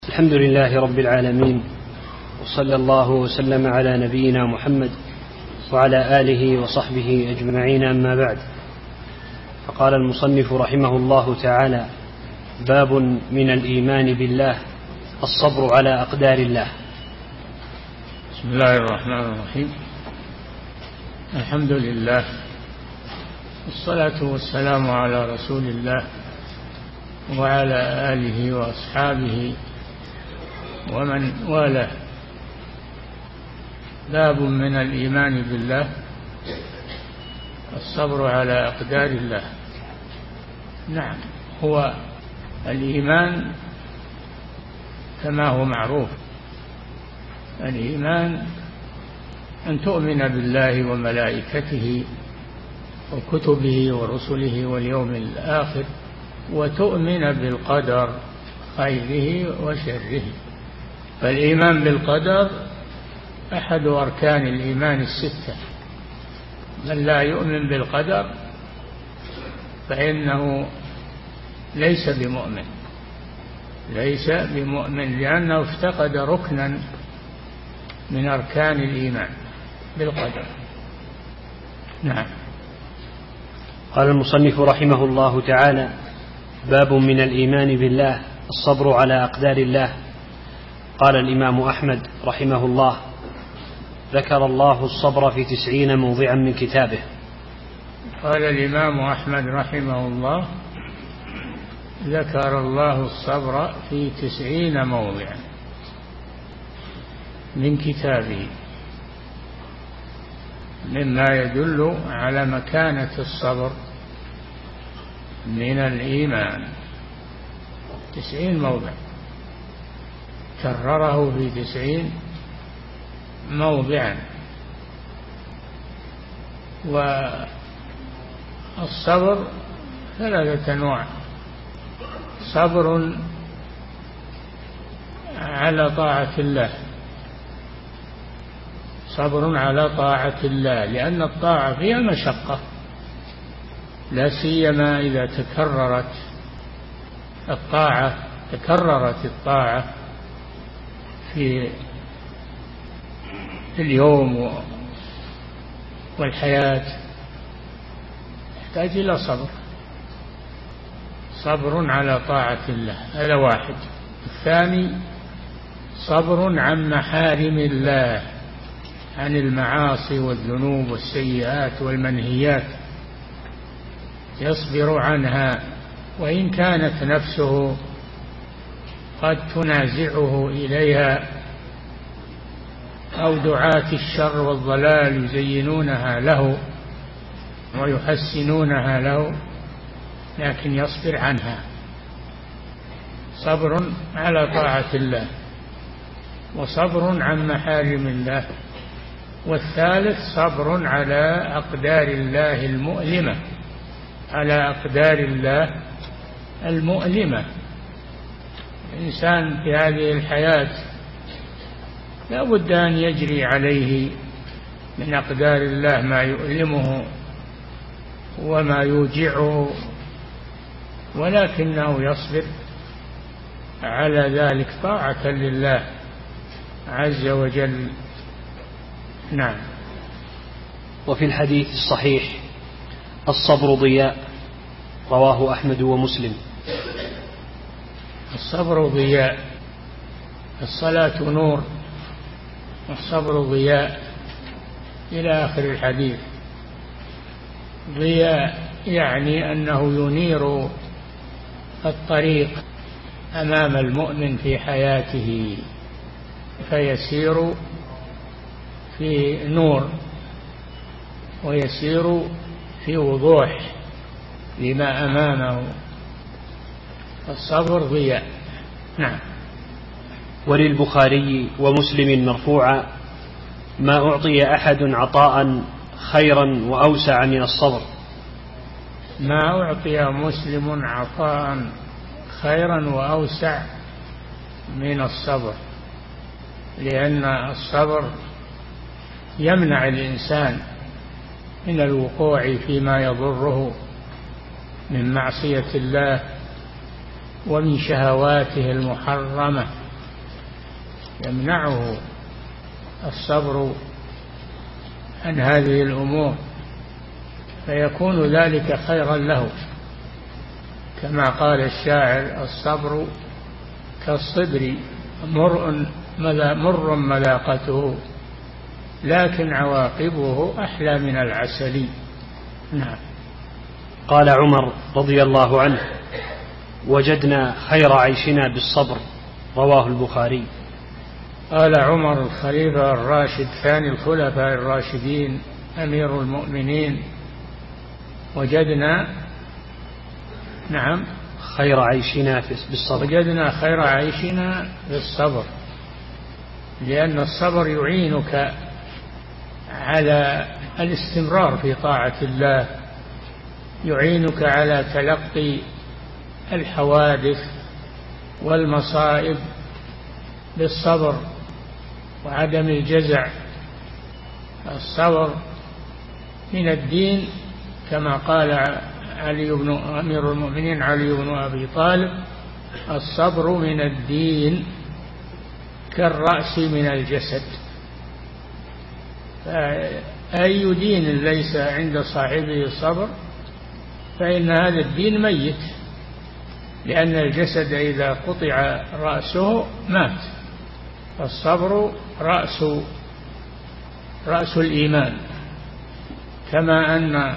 الحمد لله رب العالمين، وصلى الله وسلم على نبينا محمد وعلى آله وصحبه أجمعين، أما بعد. فقال المصنف رحمه الله تعالى: باب من الإيمان بالله الصبر على أقدار الله. بسم الله الرحمن الرحيم. الحمد لله والصلاة والسلام على رسول الله وعلى آله وأصحابه ومن والاه. باب من الإيمان بالله الصبر على أقدار الله. نعم، هو الإيمان كما هو معروف. الإيمان أن تؤمن بالله وملائكته وكتبه ورسله واليوم الآخر، وتؤمن بالقدر خيره وشره. فالإيمان بالقدر أحد أركان الإيمان الستة. من لا يؤمن بالقدر فإنه ليس بمؤمن لأنه افتقد ركنا من أركان الإيمان بالقدر. نعم. قال المصنف رحمه الله تعالى: باب من الإيمان بالله الصبر على أقدار الله. قال الإمام أحمد رحمه الله: ذكر الله الصبر في 90 موضعا من كتابه. قال الإمام أحمد رحمه الله: ذكر الله الصبر في 90 موضعا من كتابه، مما يدل على مكانة الصبر من الإيمان. 90 موضع كرره في 90 موضعا. والصبر 3 أنواع: صبر على طاعة الله، صبر على طاعة الله، لأن الطاعة فيها مشقة، لا سيما إذا تكررت الطاعة في اليوم والحياة، تحتاج إلى صبر على طاعة الله. هذا واحد. الثاني: صبر عن محارم الله، عن المعاصي والذنوب والسيئات والمنهيات، يصبر عنها وإن كانت نفسه قد تنازعه إليها، أو دعاة الشر والضلال يزينونها له ويحسنونها له، لكن يصبر عنها. صبر على طاعة الله، وصبر عن محارم الله. والثالث: صبر على أقدار الله المؤلمة، على أقدار الله المؤلمة. الإنسان في هذه الحياة لا بد أن يجري عليه من أقدار الله ما يؤلمه وما يوجعه، ولكنه يصبر على ذلك طاعة لله عز وجل. نعم. وفي الحديث الصحيح: الصبر ضياء، رواه أحمد ومسلم. الصبر ضياء، الصلاة نور، والصبر ضياء، إلى آخر الحديث. ضياء يعني أنه ينير الطريق أمام المؤمن في حياته، فيسير في نور ويسير في وضوح لما أمامه. الصبر ضياء. نعم. وللبخاري ومسلم مرفوعا: ما أعطي أحد عطاء خيرا وأوسع من الصبر. ما أعطي مسلم عطاء خيرا وأوسع من الصبر، لأن الصبر يمنع الإنسان من الوقوع فيما يضره من معصية الله ومن شهواته المحرمة. يمنعه الصبر عن هذه الأمور، فيكون ذلك خيرا له، كما قال الشاعر: الصبر كالصبر مر مذاقته، لكن عواقبه أحلى من العسل. نعم. قال عمر رضي الله عنه: وجدنا خير عيشنا بالصبر، رواه البخاري. قال عمر الخليفة الراشد ثاني الخلفاء الراشدين أمير المؤمنين: وجدنا خير عيشنا بالصبر. وجدنا خير عيشنا بالصبر، لأن الصبر يعينك على الاستمرار في طاعة الله، يعينك على تلقي الحوادث والمصائب بالصبر وعدم الجزع. الصبر من الدين، كما قال أمير المؤمنين علي بن أبي طالب: الصبر من الدين كالرأس من الجسد. أي دين ليس عند صاحبه الصبر فإن هذا الدين ميت، لأن الجسد إذا قطع رأسه مات. فالصبر رأس الإيمان، كما أن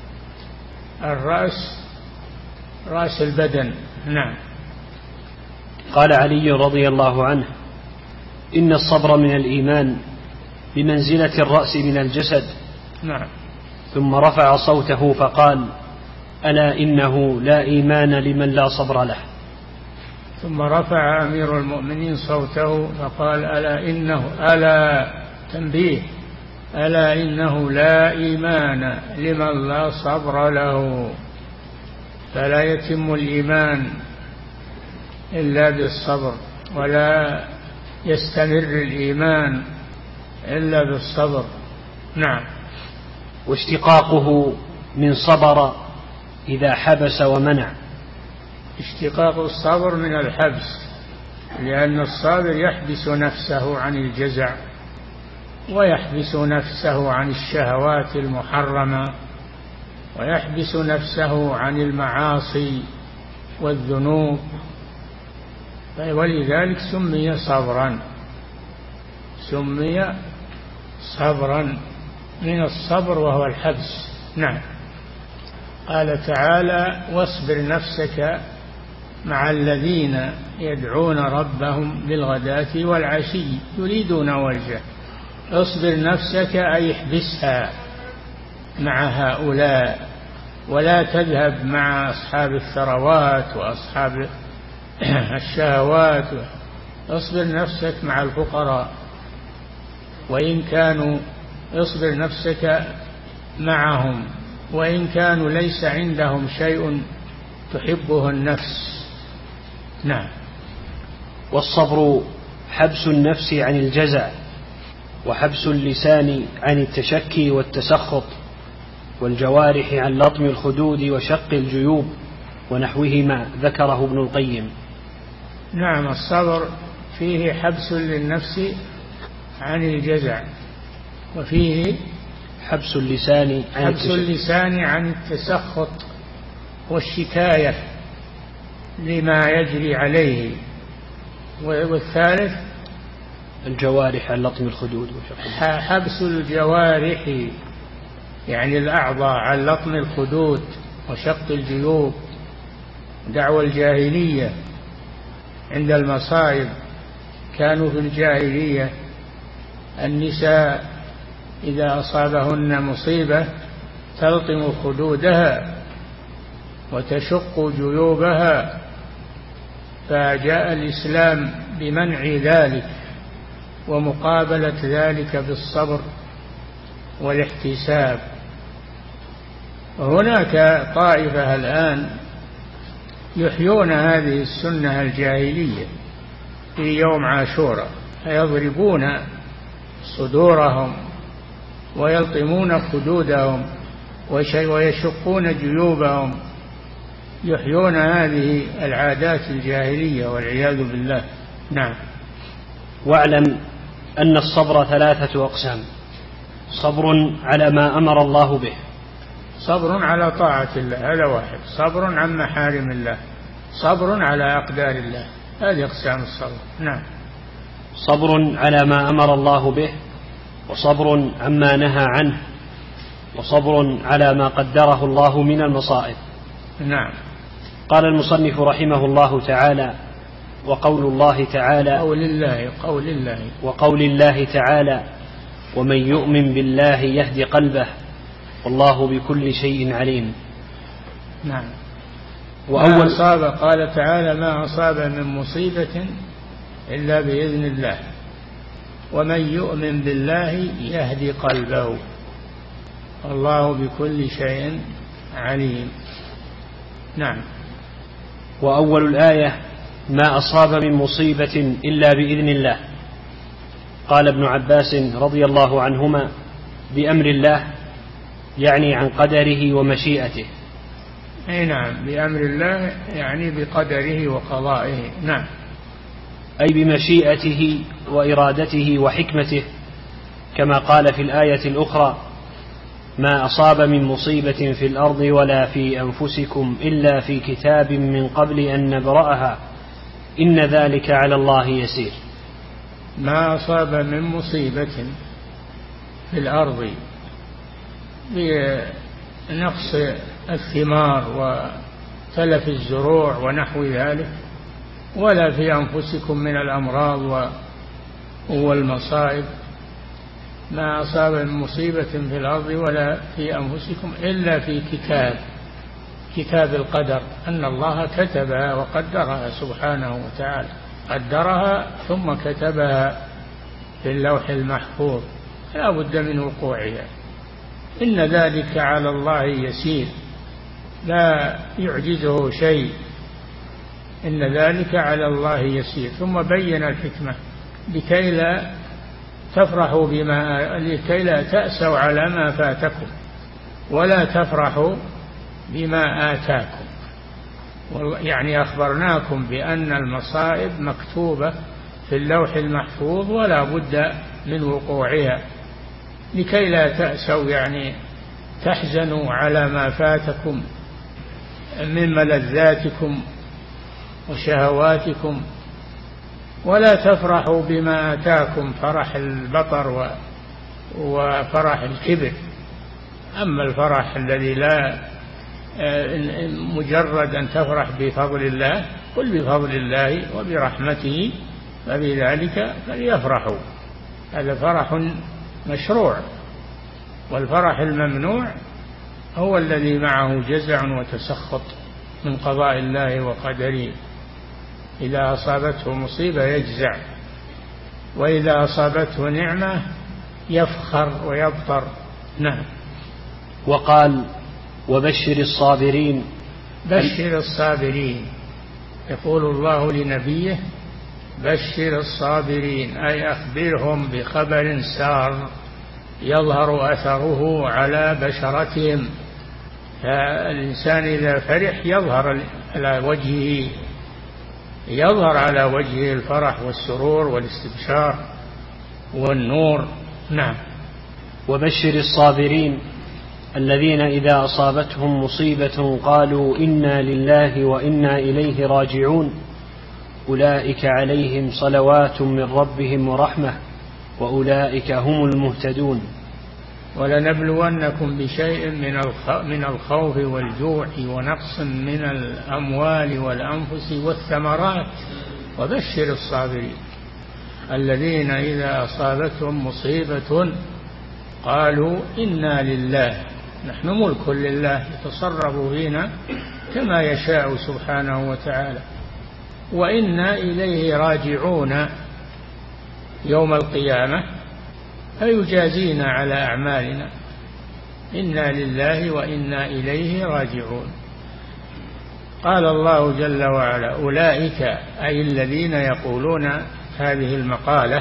الرأس رأس البدن. نعم. قال علي رضي الله عنه: إن الصبر من الإيمان بمنزلة الرأس من الجسد. نعم. ثم رفع صوته فقال: ألا إنه لا إيمان لمن لا صبر له. ثم رفع أمير المؤمنين صوته فقال: ألا تنبيه، ألا إنه لا إيمان لمن لا صبر له. فلا يتم الإيمان إلا بالصبر، ولا يستمر الإيمان إلا بالصبر. نعم. واشتقاقه من صبر إذا حبس ومنع. اشتقاق الصبر من الحبس، لأن الصابر يحبس نفسه عن الجزع، ويحبس نفسه عن الشهوات المحرمة، ويحبس نفسه عن المعاصي والذنوب، ولذلك سمي صبرا من الصبر وهو الحبس. نعم. قال تعالى: واصبر نفسك مع الذين يدعون ربهم بالغداة والعشي يريدون وجهه. اصبر نفسك أي احبسها مع هؤلاء، ولا تذهب مع أصحاب الثروات وأصحاب الشهوات. اصبر نفسك مع الفقراء، وإن كانوا اصبر نفسك معهم وإن كانوا ليس عندهم شيء تحبه النفس. نعم. والصبر حبس النفس عن الجزع، وحبس اللسان عن التشكي والتسخط، والجوارح عن لطم الخدود وشق الجيوب ونحوهما، ذكره ابن القيم. نعم. الصبر فيه حبس للنفس عن الجزع، وفيه حبس اللسان عن التسخط والشكاية لما يجري عليه. والثالث الجوارح عن لطم الخدود حبس الجوارح، يعني الأعضاء، عن لطم الخدود وشق الجيوب. دعوى الجاهلية عند المصائب، كانوا في الجاهلية النساء إذا أصابهن مصيبة تلطم خدودها وتشق جيوبها، فجاء الإسلام بمنع ذلك ومقابلة ذلك بالصبر والاحتساب. هناك طائفة الآن يحيون هذه السنة الجاهلية في يوم عاشوراء، فيضربون صدورهم ويلطمون خدودهم ويشقون جيوبهم، يحيون هذه العادات الجاهلية والعياذ بالله. نعم. واعلم أن الصبر 3 أقسام: صبر على ما أمر الله به، صبر على طاعة الله هذا واحد، صبر عن محارم الله، صبر على أقدار الله، هذه أقسام الصبر. نعم. صبر على ما أمر الله به، وصبر عما نهى عنه، وصبر على ما قدره الله من المصائب. نعم. قال المصنف رحمه الله تعالى: وقول الله تعالى وقول الله تعالى: ومن يؤمن بالله يهد قلبه والله بكل شيء عليم. نعم. وأول أصاب قال تعالى: ما أصاب من مصيبة إلا بإذن الله، ومن يؤمن بالله يهدي قلبه والله بكل شيء عليم. نعم. وأول الآية: ما أصاب من مصيبة إلا بإذن الله. قال ابن عباس رضي الله عنهما: بأمر الله، يعني عن قدره ومشيئته. أي نعم، بأمر الله يعني بقدره وقضائه. نعم. أي بمشيئته وإرادته وحكمته، كما قال في الآية الأخرى: ما أصاب من مصيبة في الأرض ولا في أنفسكم إلا في كتاب من قبل أن نبرأها إن ذلك على الله يسير. ما أصاب من مصيبة في الأرض بنقص الثمار وتلف الزروع ونحو ذلك، ولا في أنفسكم من الأمراض والمصائب. ما أصاب من مصيبة في الأرض ولا في أنفسكم إلا في كتاب القدر، أن الله كتبها وقدرها سبحانه وتعالى، قدرها ثم كتبها في اللوح المحفوظ، لا بد من وقوعها. إن ذلك على الله يسير، لا يعجزه شيء، إن ذلك على الله يسير. ثم بين الحكمة لكي لا تأسوا على ما فاتكم ولا تفرحوا بما آتاكم. يعني أخبرناكم بأن المصائب مكتوبة في اللوح المحفوظ ولا بد من وقوعها، لكي لا تأسوا يعني تحزنوا على ما فاتكم من ملذاتكم وشهواتكم، ولا تفرحوا بما آتاكم فرح البطر وفرح الكبر. أما الفرح الذي لا مجرد أن تفرح بفضل الله، قل بفضل الله وبرحمته فبذلك فليفرحوا، هذا فرح مشروع. والفرح الممنوع هو الذي معه جزع وتسخط من قضاء الله وقدره. إذا أصابته مصيبة يجزع، وإذا أصابته نعمة يفخر ويبطر. نعم. وقال: وبشر الصابرين. بشر الصابرين، يقول الله لنبيه: بشر الصابرين، أي أخبرهم بخبر سار يظهر أثره على بشرتهم. فالإنسان إذا فرح يظهر على وجهه الفرح والسرور والاستبشار والنور. نعم. وبشر الصابرين الذين إذا أصابتهم مصيبة قالوا إنا لله وإنا إليه راجعون أولئك عليهم صلوات من ربهم ورحمة وأولئك هم المهتدون. ولنبلونكم بشيء من الخوف والجوع ونقص من الأموال والأنفس والثمرات وبشر الصابرين الذين إذا أصابتهم مصيبة قالوا إنا لله، نحن ملك لله يتصرف فينا كما يشاء سبحانه وتعالى، وإنا إليه راجعون يوم القيامة فيجازينا على أعمالنا. إنا لله وإنا إليه راجعون. قال الله جل وعلا: أولئك، أي الذين يقولون هذه المقالة،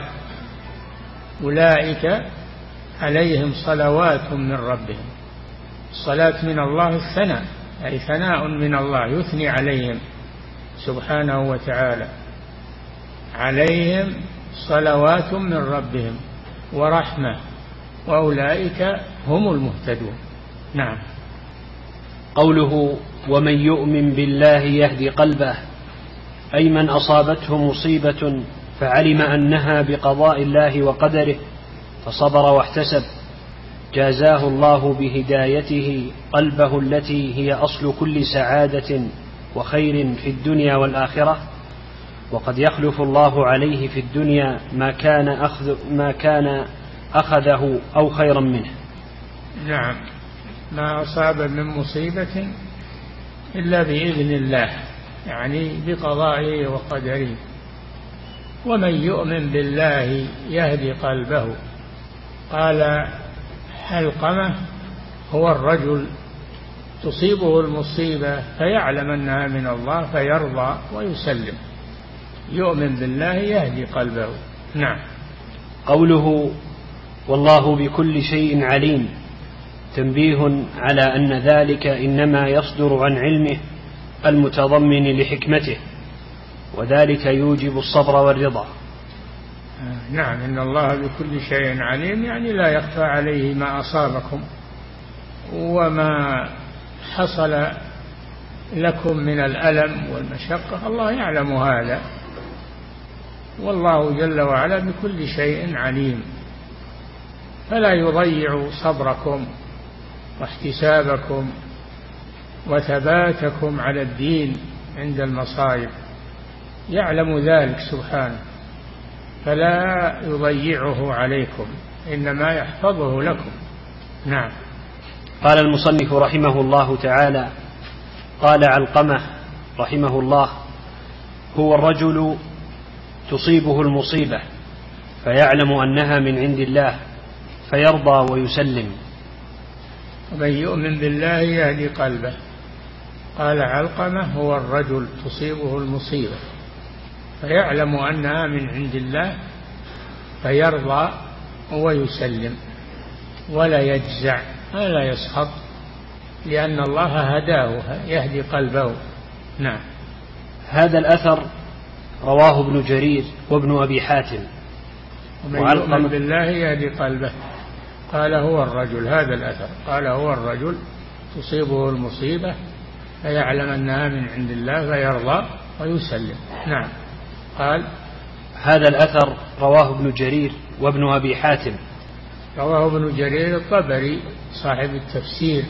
أولئك عليهم صلوات من ربهم. الصلاة من الله الثناء، أي ثناء من الله يثني عليهم سبحانه وتعالى. عليهم صلوات من ربهم ورحمة وأولئك هم المهتدون. نعم. قوله ومن يؤمن بالله يهدي قلبه، أي من أصابته مصيبة فعلم أنها بقضاء الله وقدره فصبر واحتسب، جازاه الله بهدايته قلبه التي هي أصل كل سعادة وخير في الدنيا والآخرة. وقد يخلف الله عليه في الدنيا ما كان أخذه أو خيرا منه. نعم، ما أصاب من مصيبة إلا بإذن الله، يعني بقضائه وقدره. ومن يؤمن بالله يهدي قلبه، قال حلقمة هو الرجل تصيبه المصيبة فيعلم أنها من الله فيرضى ويسلم. يؤمن بالله يهدي قلبه. نعم. قوله والله بكل شيء عليم، تنبيه على أن ذلك إنما يصدر عن علمه المتضمن لحكمته، وذلك يوجب الصبر والرضا. نعم، إن الله بكل شيء عليم، يعني لا يخفى عليه ما أصابكم وما حصل لكم من الألم والمشقة، الله يعلم هذا، والله جل وعلا بكل شيء عليم، فلا يضيع صبركم واحتسابكم وثباتكم على الدين عند المصائب، يعلم ذلك سبحانه فلا يضيعه عليكم، إنما يحفظه لكم. نعم. قال المصنف رحمه الله تعالى: قال علقمة رحمه الله: هو الرجل تصيبه المصيبة فيعلم أنها من عند الله فيرضى ويسلم. ومن يؤمن بالله يهدي قلبه. قال علقمة هو الرجل تصيبه المصيبة فيعلم أنها من عند الله فيرضى ويسلم ولا يجزع ولا يسخط، لأن الله هداه يهدي قلبه. نعم. هذا الأثر رواه ابن جرير وابن أبي حاتم. ومن يؤمن بالله يهدي قلبه، قال هو الرجل، هذا الأثر قال هو الرجل تصيبه المصيبة فيعلم أنها من عند الله فيرضى ويسلم. نعم. قال هذا الأثر رواه ابن جرير وابن أبي حاتم. رواه ابن جرير الطبري صاحب التفسير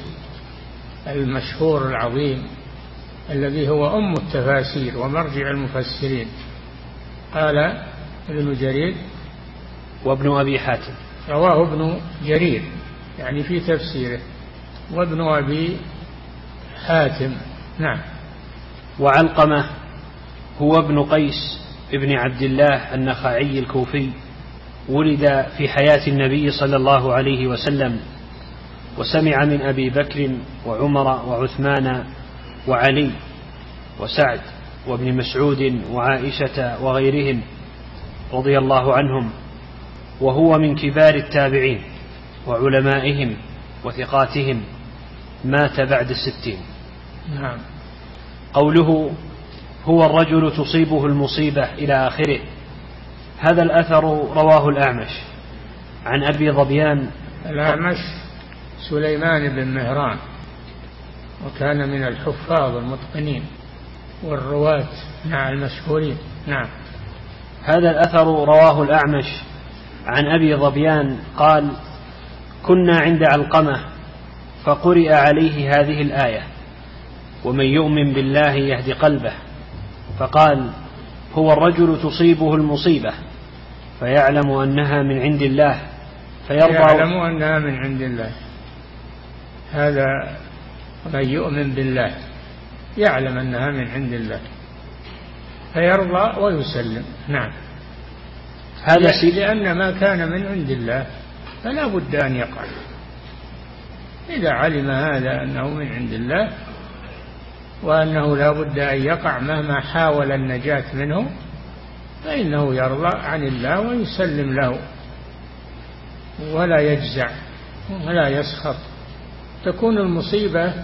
المشهور العظيم الذي هو أم التفاسير ومرجع المفسرين. قال ابن جرير وابن أبي حاتم. رواه ابن جرير يعني في تفسيره، وابن أبي حاتم. نعم. وعلقمة هو ابن قيس ابن عبد الله النخعي الكوفي، ولد في حياة النبي صلى الله عليه وسلم، وسمع من أبي بكر وعمر وعثمان وعلي وسعد وابن مسعود وعائشة وغيرهم رضي الله عنهم، وهو من كبار التابعين وعلمائهم وثقاتهم، مات بعد 60. نعم. قوله هو الرجل تصيبه المصيبة إلى آخره، هذا الأثر رواه الأعمش عن أبي ظبيان. الأعمش سليمان بن مهران، وكان من الحفاظ المتقنين والرواة مع المشهورين. نعم. هذا الأثر رواه الأعمش عن أبي ظبيان قال: كنا عند علقمة فقرئ عليه هذه الآية: ومن يؤمن بالله يهدي قلبه، فقال: هو الرجل تصيبه المصيبة فيعلم أنها من عند الله فيرضى. يعلم أنها من عند الله، هذا من يؤمن بالله يعلم أنها من عند الله فيرضى ويسلم. نعم. هذا لأن ما كان من عند الله فلا بد أن يقع. إذا علم هذا أنه من عند الله وأنه لا بد أن يقع مهما حاول النجاة منه، فإنه يرضى عن الله ويسلم له ولا يجزع ولا يسخط، تكون المصيبة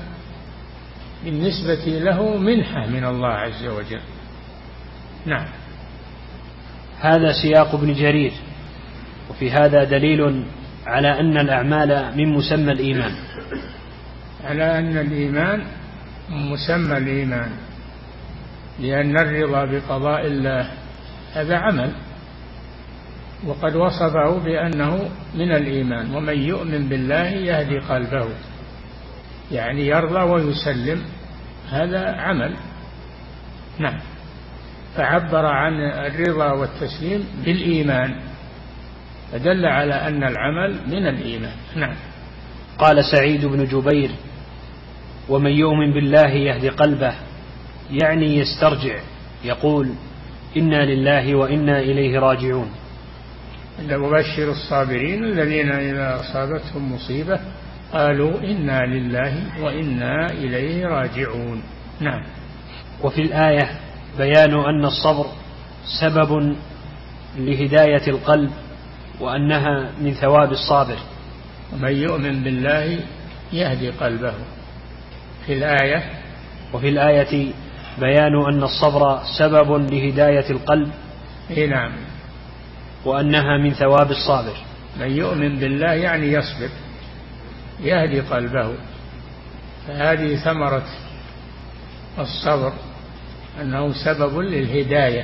بالنسبة له منحة من الله عز وجل. نعم. هذا سياق ابن جرير، وفي هذا دليل على أن الأعمال من مسمى الإيمان. على أن الإيمان مسمى الإيمان، لأن الرضا بقضاء الله هذا عمل، وقد وصفه بأنه من الإيمان. ومن يؤمن بالله يهدي قلبه، يعني يرضى ويسلم، هذا عمل. نعم، فعبر عن الرضا والتسليم بالإيمان، فدل على أن العمل من الإيمان. نعم. قال سعيد بن جبير: ومن يؤمن بالله يهدي قلبه، يعني يسترجع، يقول: إنا لله وإنا إليه راجعون. وبشر الصابرين الذين إذا أصابتهم مصيبة قالوا إنا لله وإنا إليه راجعون. نعم. وفي الآية بيان أن الصبر سبب لهداية القلب، وأنها من ثواب الصابر. ومن يؤمن بالله يهدي قلبه في الآية. وفي الآية بيان أن الصبر سبب لهداية القلب. نعم. وأنها من ثواب الصابر. من يؤمن بالله يعني يصبر، يهدي قلبه، فهذه ثمرة الصبر، أنه سبب للهداية،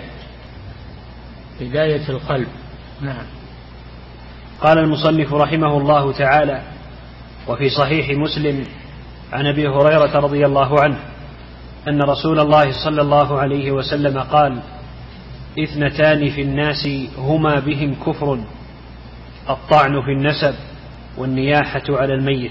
هداية القلب. نعم. قال المصنف رحمه الله تعالى: وفي صحيح مسلم عن أبي هريرة رضي الله عنه أن رسول الله صلى الله عليه وسلم قال: 2 في الناس هما بهم كفر، الطعن في النسب والنياحة على الميت.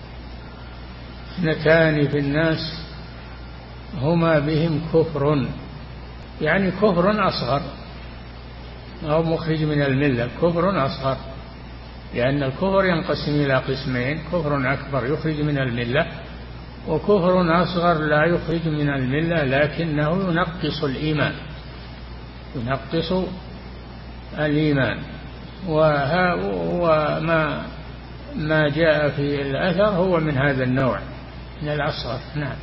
2 في الناس هما بهم كفر، يعني كفر أصغر، أو مخرج من الملة، كفر أصغر، لأن الكفر ينقسم إلى قسمين: كفر أكبر يخرج من الملة، وكفر أصغر لا يخرج من الملة لكنه ينقص الإيمان، ينقص الإيمان. وما جاء في الأثر هو من هذا النوع، من الأصغر. نعم.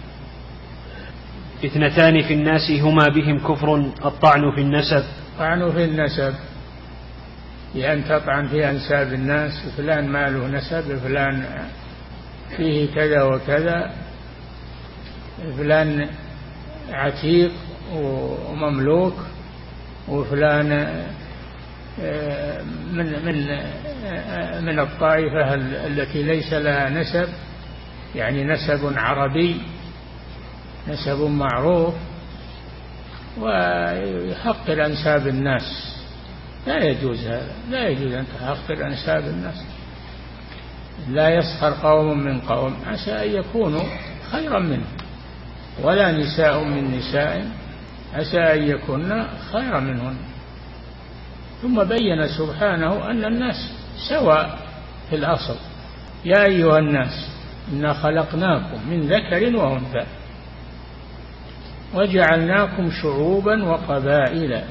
2 في الناس هما بهم كفر، الطعن في النسب. طعن في النسب، لأن تطعن في أنساب الناس: فلان ما له نسب، فلان فيه كذا وكذا، فلان عتيق ومملوك، وفلان من الطائفة التي ليس لها نسب، يعني نسب عربي، نسب معروف، ويحقر أنساب الناس. لا يجوز هذا، لا يجوز أن تحقر أنساب الناس. لا يسخر قوم من قوم عسى أن يكونوا خيرا منهم، ولا نساء من نساء عسى أن يكون خيرا منهن. ثم بين سبحانه أن الناس سواء في الأصل: يا أيها الناس إنا خلقناكم من ذكر وأنثى وجعلناكم شعوبا وقبائل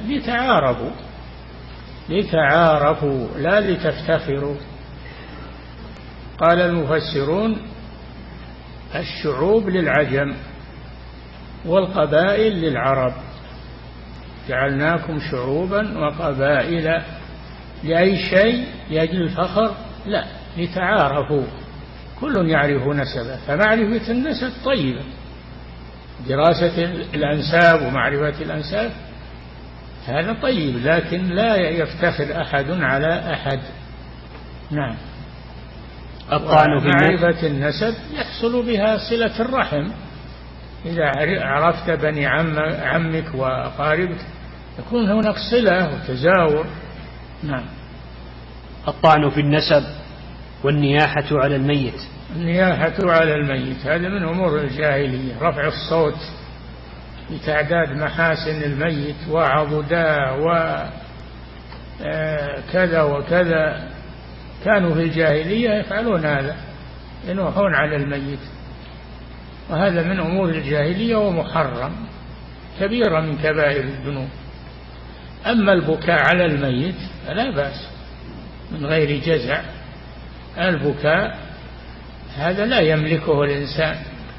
لتعارفوا لا لتفتخروا. قال المفسرون: الشعوب للعجم والقبائل للعرب. جعلناكم شعوبا وقبائل لأي شيء؟ لأجل الفخر؟ لا، لتعارفوا، كل يعرف نسبه، فمعرفة النسب طيبة، دراسة الأنساب ومعرفة الأنساب هذا طيب، لكن لا يفتخر أحد على أحد. نعم. معرفة النسب يحصل بها صلة الرحم، إذا عرفت بني عمك وأقاربك يكون هناك صلة وتزاور. نعم. الطعن في النسب والنياحة على الميت. النياحة على الميت هذا من أمور الجاهلية، رفع الصوت لتعداد محاسن الميت وعضداه وكذا وكذا، كانوا في الجاهلية يفعلون هذا، ينوحون على الميت، وهذا من أمور الجاهلية ومحرم، كبيرة من كبائر الذنوب. أما البكاء على الميت فلا بأس من غير جزع. البكاء هذا لا يملكه الإنسان،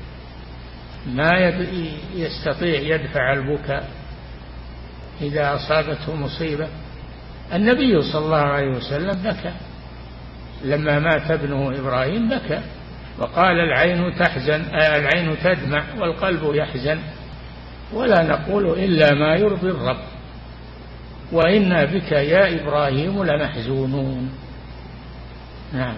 ما يستطيع يدفع البكاء إذا أصابته مصيبة، النبي صلى الله عليه وسلم بكى لما مات ابنه إبراهيم، بكى وقال العين تحزن، العين تدمع والقلب يحزن، ولا نقول إلا ما يرضي الرب، وإنا بك يا إبراهيم لمحزونون. نعم.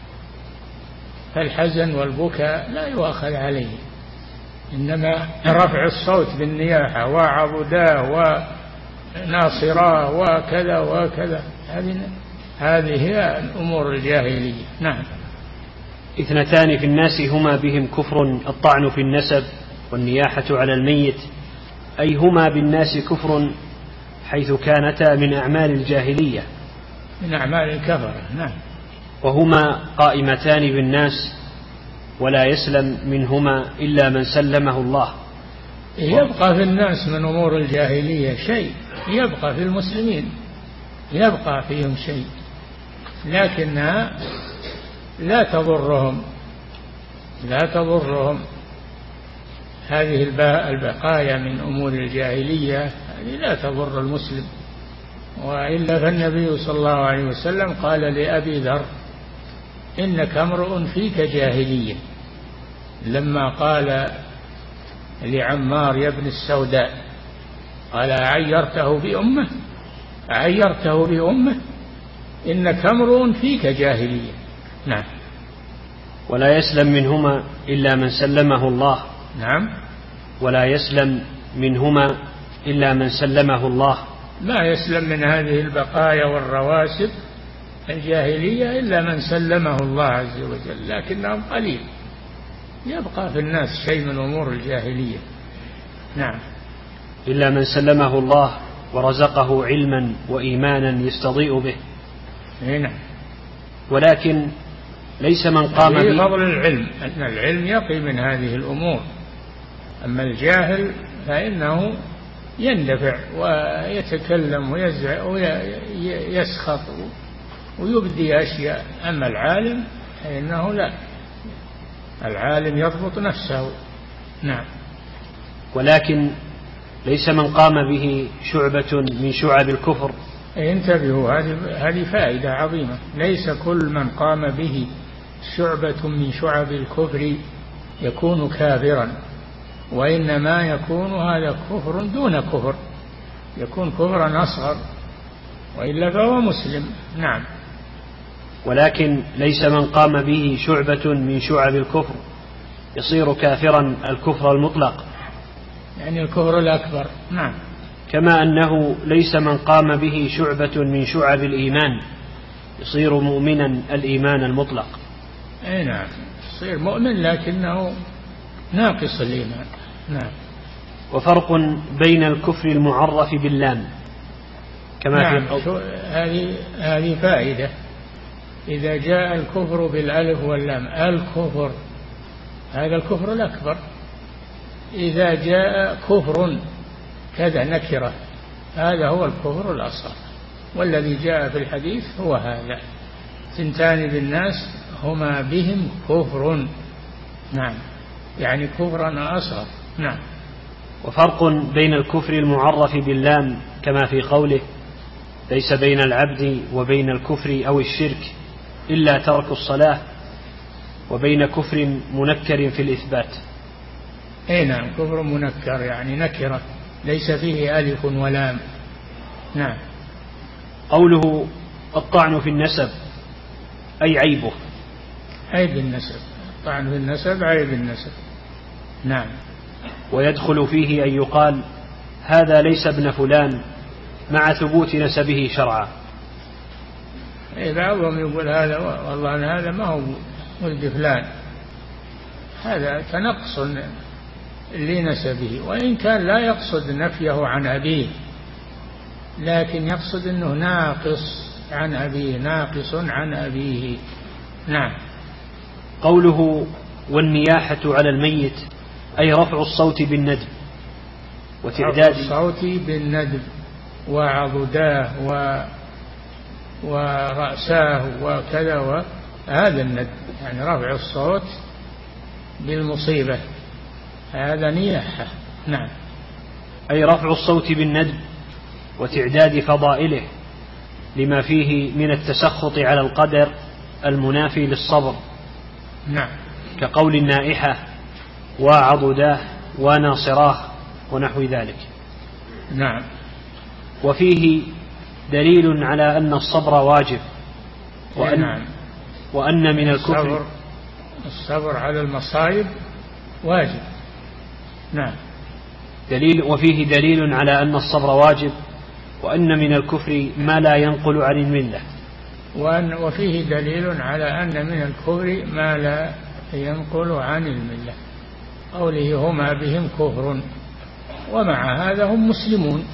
فالحزن والبكاء لا يؤاخذ عليه، إنما رفع الصوت بالنياحة وعبداه وناصراه وكذا وكذا، هذه هي الأمور الجاهلية. نعم. 2 في الناس هما بهم كفر: الطعن في النسب والنياحة على الميت، أي هما بالناس كفر حيث كانتا من أعمال الجاهلية، من أعمال الكفرة. نعم. وهما قائمتان بالناس ولا يسلم منهما إلا من سلمه الله. يبقى في الناس من أمور الجاهلية شيء، يبقى في المسلمين يبقى فيهم شيء، لكنها لا تضرهم هذه البقايا من أمور الجاهلية، هذه لا تضر المسلم. وإلا فالنبي صلى الله عليه وسلم قال لأبي ذر: إنك امرؤ فيك جاهلية، لما قال لعمار يا ابن السوداء قال: أعيرته بأمه إنك امرؤ فيك جاهلية. نعم. ولا يسلم منهما إلا من سلمه الله. نعم. ولا يسلم منهما إلا من سلمه الله. ما يسلم من هذه البقايا والرواسب الجاهلية إلا من سلمه الله عز وجل، لكنهم قليل، يبقى في الناس شيء من أمور الجاهلية. نعم. إلا من سلمه الله ورزقه علما وإيمانا يستضيء به. نعم. ولكن ليس من قام به فضل العلم، أن العلم يقي من هذه الأمور، أما الجاهل فإنه يندفع ويتكلم ويسخط ويبدي أشياء، أما العالم فإنه لا، العالم يضبط نفسه. نعم. ولكن ليس من قام به شعبة من شعب الكفر. انتبهوا، هذه فائدة عظيمة. ليس كل من قام به شعبة من شعب الكفر يكون كافرا، وإنما يكون هذا كفر دون كفر، يكون كفرا أصغر، وإلا فهو مسلم. نعم. ولكن ليس من قام به شعبة من شعب الكفر يصير كافرا الكفر المطلق، يعني الكفر الأكبر. نعم. كما أنه ليس من قام به شعبة من شعب الإيمان يصير مؤمنا الإيمان المطلق. أي نعم، يصير مؤمن لكنه ناقص الإيمان. نعم. وفرق بين الكفر المعرف باللام كما نعم. في هذه فائدة. إذا جاء الكفر بالألف واللام، الكفر هذا الكفر الأكبر. إذا جاء كفر كذا نكرة، هذا هو الكفر الأصغر. والذي جاء في الحديث هو هذا: 2 بالناس هما بهم كفر. نعم، يعني كفرا أصغر. نعم. وفرق بين الكفر المعرف باللام كما في قوله: ليس بين العبد وبين الكفر أو الشرك إلا ترك الصلاة، وبين كفر منكر في الإثبات. أي نعم، كفر منكر يعني نكرة ليس فيه ألف ولام. نعم. قوله: الطعن في النسب أي عيبه، عيب النسب، الطعن في النسب عيب النسب. نعم. ويدخل فيه أن يقال: هذا ليس ابن فلان مع ثبوت نسبه شرعا. بعضهم يقول هذا والله هذا ما هو ولد فلان، هذا تنقص لنسبه، وإن كان لا يقصد نفيه عن أبيه، لكن يقصد أنه ناقص عن أبيه، ناقص عن أبيه. نعم. قوله: والنياحة على الميت أي رفع الصوت بالندب وتعداد الصوت بالندب وعضداه ورأساه وكذا، هذا الندب يعني رفع الصوت بالمصيبة، هذا نياحة. نعم. أي رفع الصوت بالندب وتعداد فضائله لما فيه من التسخط على القدر المنافي للصبر، نعم، كقول النائحة وعضداه وناصراه ونحو ذلك. نعم. وفيه دليل على أن الصبر واجب، وأن من الكفر الصبر على المصائب واجب. نعم. وفيه دليل على أن الصبر واجب، وأن من الكفر ما لا ينقل عن الملة. وفيه دليل على أن من الكفر ما لا ينقل عن الملة، قوله هما بهم كفر ومع هذا هم مسلمون،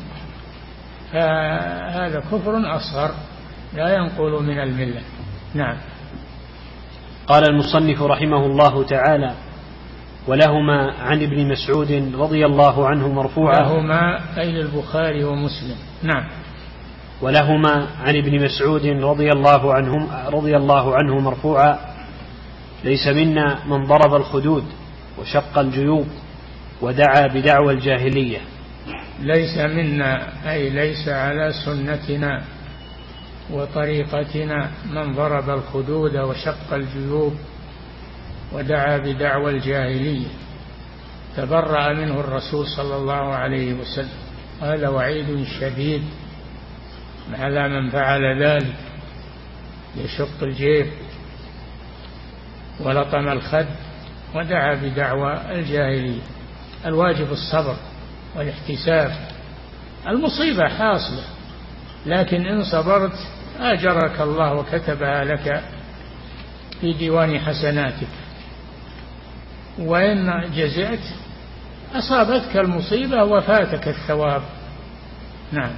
فهذا كفر أصغر لا ينقل من الملة. نعم. قال المصنف رحمه الله تعالى: ولهما عن ابن مسعود رضي الله عنه مرفوعا. لهما أي البخاري ومسلم. نعم. ولهما عن ابن مسعود رضي الله عنه مرفوعا: ليس منا من ضرب الخدود وشق الجيوب ودعا بدعوى الجاهلية. ليس منا أي ليس على سنتنا وطريقتنا من ضرب الخدود وشق الجيوب ودعا بدعوى الجاهلية، تبرأ منه الرسول صلى الله عليه وسلم. هذا وعيد شديد على من فعل ذلك، يشق الجيب ولطم الخد ودعا بدعوى الجاهلية. الواجب الصبر والاحتساب. المصيبة حاصلة، لكن إن صبرت أجرك الله وكتبها لك في ديوان حسناتك، وإن جزعت أصابتك المصيبة وفاتك الثواب. نعم.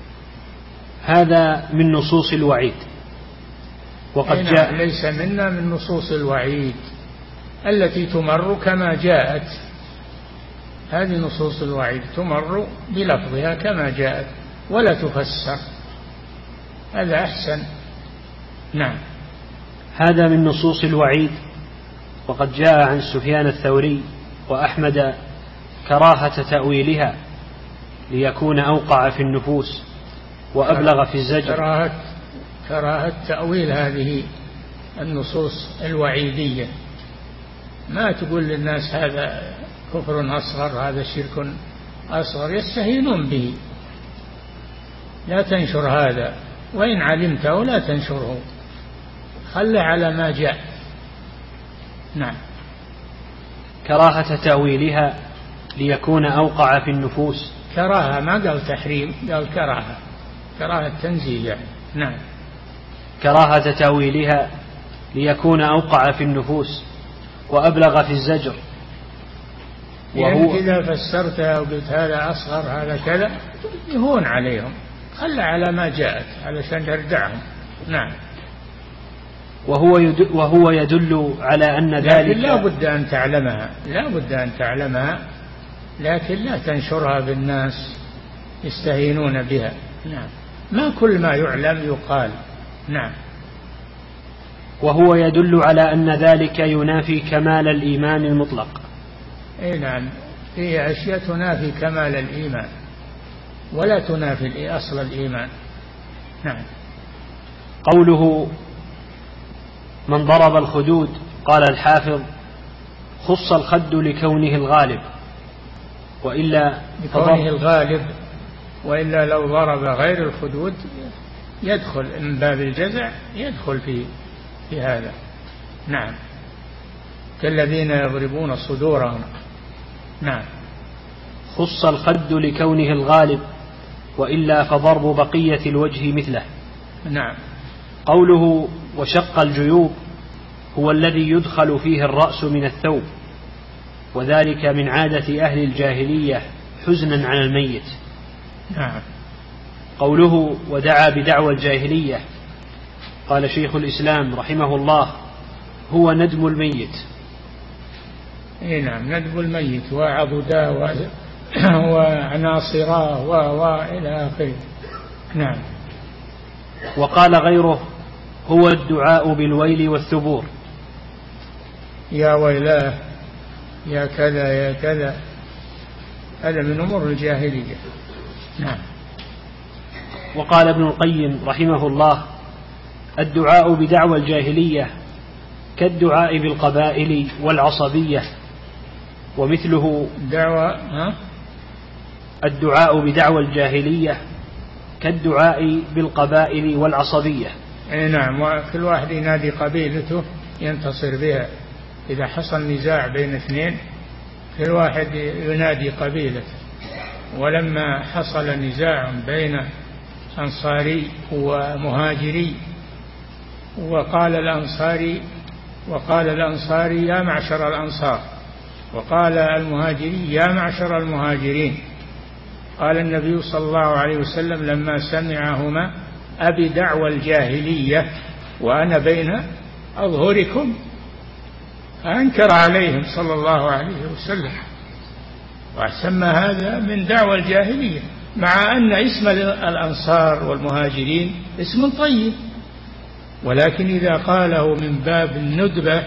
هذا من نصوص الوعيد، وقد جاء. ليس منا من نصوص الوعيد التي تمر كما جاءت. هذه نصوص الوعيد تمر بلفظها كما جاءت ولا تفسر، هذا أحسن. نعم. هذا من نصوص الوعيد، وقد جاء عن سفيان الثوري وأحمد كراهة تأويلها ليكون أوقع في النفوس وأبلغ في الزجر. كراهة تأويل هذه النصوص الوعيدية، ما تقول للناس هذا كفر أصغر، هذا شرك أصغر، يستهينون به. لا تنشر هذا، وإن علمته لا تنشره، خله على ما جاء. نعم. كراهة تأويلها ليكون أوقع في النفوس. كراهة، ما قال تحريم، قال كراهة تنزيه يعني. نعم. كراهة تأويلها ليكون أوقع في النفوس وأبلغ في الزجر. يعني إذا فسرتها وقلت هذا أصغر هذا كذا يهون عليهم، خلى على ما جاءت علشان تردعهم. نعم. وهو يدل على أن ذلك لا بد أن تعلمها، لكن لا تنشرها بالناس يستهينون بها. نعم. ما كل ما يعلم يقال. نعم. وهو يدل على أن ذلك ينافي كمال الإيمان المطلق. أي نعم، هي أشياء تنافي كمال الإيمان ولا تنافي أصل الإيمان. نعم. قوله من ضرب الخدود، قال الحافظ: خص الخد لكونه الغالب، وإلا لكونه الغالب، وإلا لو ضرب غير الخدود يدخل من باب الجزع، يدخل في هذا. نعم. كالذين يضربون صدورهم. نعم. خص الخد لكونه الغالب، وإلا فضرب بقية الوجه مثله. نعم. قوله وشق الجيوب هو الذي يدخل فيه الرأس من الثوب، وذلك من عادة أهل الجاهلية حزنا على الميت. نعم. قوله ودعا بدعوى الجاهلية، قال شيخ الإسلام رحمه الله: هو ندم الميت. نعم، ندب الميت وعضداه وعناصراه وإلى آخره. نعم. وقال غيره: هو الدعاء بالويل والثبور. يا ويلاه، يا كذا يا كذا، هذا من أمور الجاهلية. نعم. وقال ابن القيم رحمه الله: الدعاء بدعوى الجاهلية كالدعاء بالقبائل والعصبية، ومثله الدعاء بدعوى الجاهلية كالدعاء بالقبائل والعصبية. نعم، وكل واحد ينادي قبيلته ينتصر بها. إذا حصل نزاع بين اثنين كل واحد ينادي قبيلته. ولما حصل نزاع بين أنصاري ومهاجري وقال الأنصاري يا معشر الأنصار، وقال المهاجري يا معشر المهاجرين، قال النبي صلى الله عليه وسلم لما سمعهما: أبي دعوى الجاهلية وأنا بين أظهركم. أنكر عليهم صلى الله عليه وسلم وسمى هذا من دعوى الجاهلية، مع أن اسم الأنصار والمهاجرين اسم طيب، ولكن إذا قاله من باب الندبة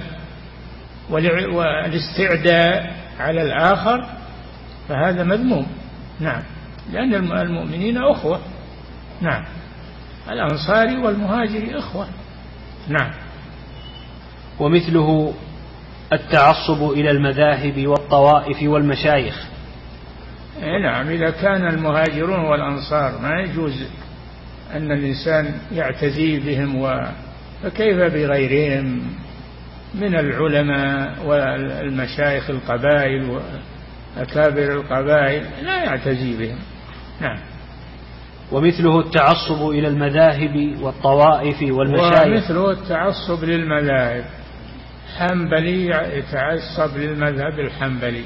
والاستعداء على الآخر فهذا مذموم. نعم، لأن المؤمنين أخوة. نعم، الأنصاري والمهاجري أخوة. نعم. ومثله التعصب إلى المذاهب والطوائف والمشايخ. نعم، إذا كان المهاجرون والأنصار ما يجوز أن الإنسان يعتزي بهم، فكيف بغيرهم من العلماء والمشايخ القبائل وأكابر القبائل لا يعتزي بهم. نعم. ومثله التعصب إلى المذاهب والطوائف والمشايخ. ومثله التعصب للمذاهب، حنبلي يتعصب للمذهب الحنبلي،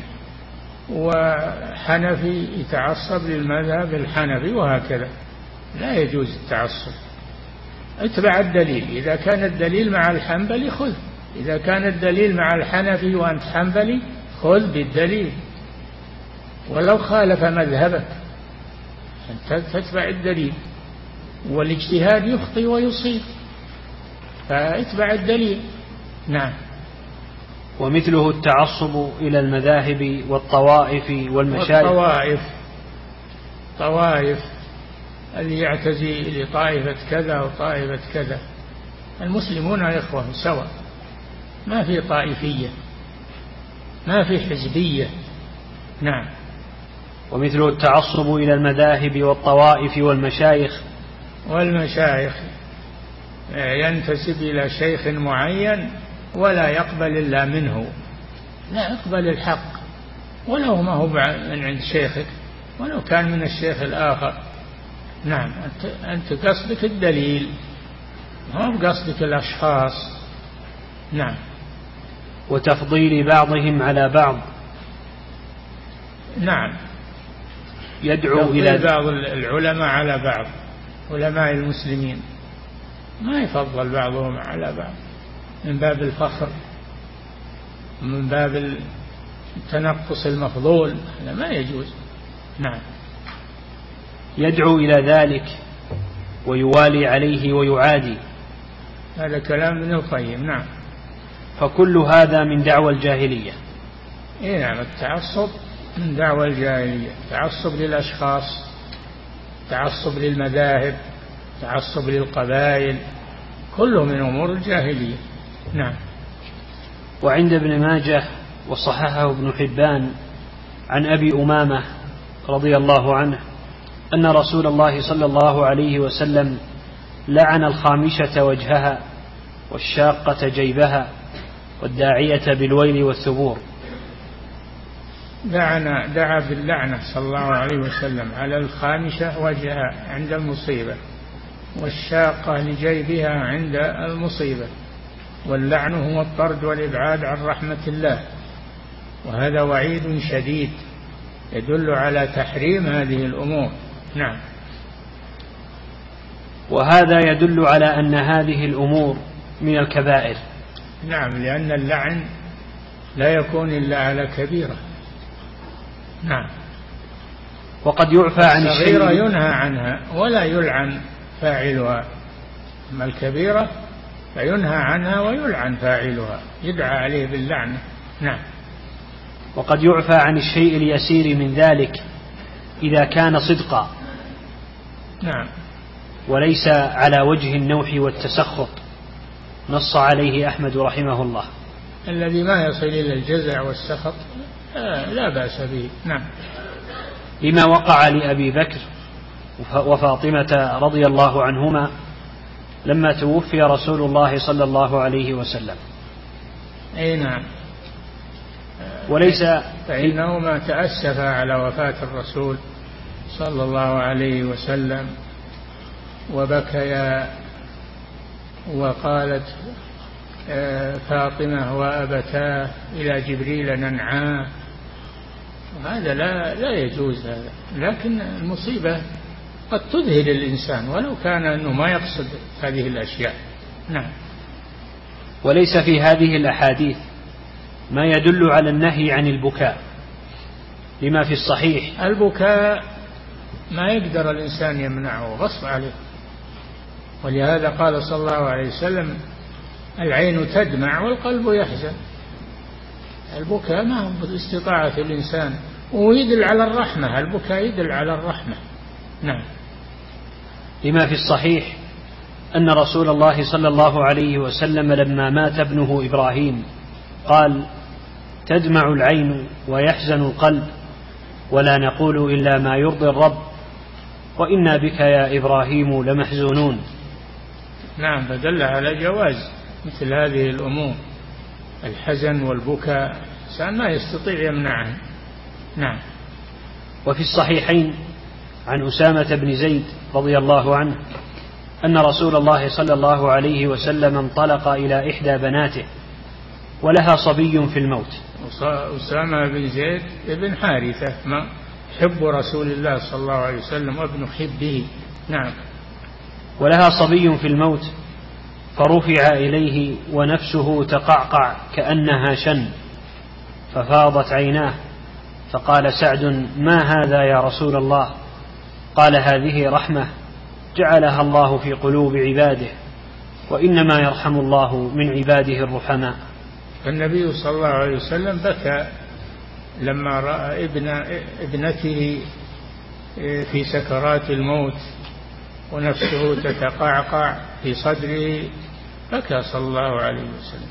وحنفي يتعصب للمذهب الحنفي، وهكذا. لا يجوز التعصب. اتبع الدليل، إذا كان الدليل مع الحنبلي خذ، إذا كان الدليل مع الحنفي وأنت حنبلي خذ بالدليل، ولو خالف مذهبك أنت تتبع الدليل، والاجتهاد يخطئ ويصيب، فاتبع الدليل. نعم. ومثله التعصب إلى المذاهب والطوائف والمشايخ. طوائف اللي يعتزي لطائفة كذا وطائفة كذا. المسلمون إخوة سواء، ما في طائفية، ما في حزبية. نعم. ومثله التعصب إلى المذاهب والطوائف والمشايخ. ينتسب إلى شيخ معين ولا يقبل إلا منه، لا يقبل الحق ولو ما هو من عند شيخك، ولو كان من الشيخ الآخر. نعم، أنت قصدك الدليل، ما هو قصدك الأشخاص. نعم. وتفضيل بعضهم على بعض. نعم، يدعو إلى بعض العلماء على بعض، علماء المسلمين ما يفضل بعضهم على بعض من باب الفخر، من باب التنقص المفضول، هذا ما يجوز. نعم. يدعو إلى ذلك ويوالي عليه ويعادي. هذا كلام ابن القيم. نعم. فكل هذا من دعوى الجاهلية. نعم، التعصب من دعوى الجاهلية، تعصب للأشخاص، تعصب للمذاهب، تعصب للقبائل، كله من أمور الجاهلية. نعم. وعند ابن ماجه وصححه ابن حبان عن أبي أمامة رضي الله عنه أن رسول الله صلى الله عليه وسلم لعن الخامشة وجهها والشاقة جيبها والداعية بالويل والثبور. دعا باللعنة صلى الله عليه وسلم على الخامشة وجهها عند المصيبة، والشاقة لجيبها عند المصيبة، واللعن هو الطرد والإبعاد عن رحمة الله، وهذا وعيد شديد يدل على تحريم هذه الأمور. نعم. وهذا يدل على أن هذه الأمور من الكبائر. نعم، لأن اللعن لا يكون إلا على كبيرة. نعم. وقد يعفى عن الصغيرة ينهى عنها ولا يلعن فاعلها، أما الكبيرة فينهى عنها ويلعن فاعلها، يدعى عليه باللعنة. نعم. وقد يعفى عن الشيء اليسير من ذلك إذا كان صدقا. نعم. وليس على وجه النوح والتسخط نص عليه أحمد رحمه الله. الذي ما يصل إلى الجزع والسخط لا بأس به. نعم. لما وقع لأبي بكر وفاطمة رضي الله عنهما لما توفي رسول الله صلى الله عليه وسلم. أي نعم. وليس فإنهما تأسفا على وفاة الرسول صلى الله عليه وسلم وبكيا، وقالت فاطمة وأبتاه إلى جبريل ننعاه. هذا لا يجوز هذا، لكن المصيبة قد تذهل الإنسان ولو كان أنه ما يقصد هذه الأشياء. نعم. وليس في هذه الأحاديث ما يدل على النهي عن البكاء، لما في الصحيح. البكاء ما يقدر الإنسان يمنعه، غصب عليه، ولهذا قال صلى الله عليه وسلم العين تدمع والقلب يحزن. البكاء ما هو باستطاعة الإنسان، ويدل على الرحمة، البكاء يدل على الرحمة. نعم. لما في الصحيح أن رسول الله صلى الله عليه وسلم لما مات ابنه إبراهيم قال تدمع العين ويحزن القلب ولا نقول إلا ما يرضي الرب وإنا بك يا إبراهيم لمحزونون. نعم. فدل على جواز مثل هذه الأمور، الحزن والبكاء الإنسان ما يستطيع يمنعه. نعم. وفي الصحيحين عن أسامة بن زيد رضي الله عنه أن رسول الله صلى الله عليه وسلم انطلق إلى إحدى بناته ولها صبي في الموت. أسامة بن زيد بن حارثة ما حب رسول الله صلى الله عليه وسلم وابن حبه. نعم. ولها صبي في الموت فرفع إليه ونفسه تقعقع كأنها شن ففاضت عيناه، فقال سعد ما هذا يا رسول الله؟ قال هذه رحمة جعلها الله في قلوب عباده وإنما يرحم الله من عباده الرحماء. النبي صلى الله عليه وسلم بكى لما رأى ابنته في سكرات الموت ونفسه تتقعقع في صدره، بكى صلى الله عليه وسلم.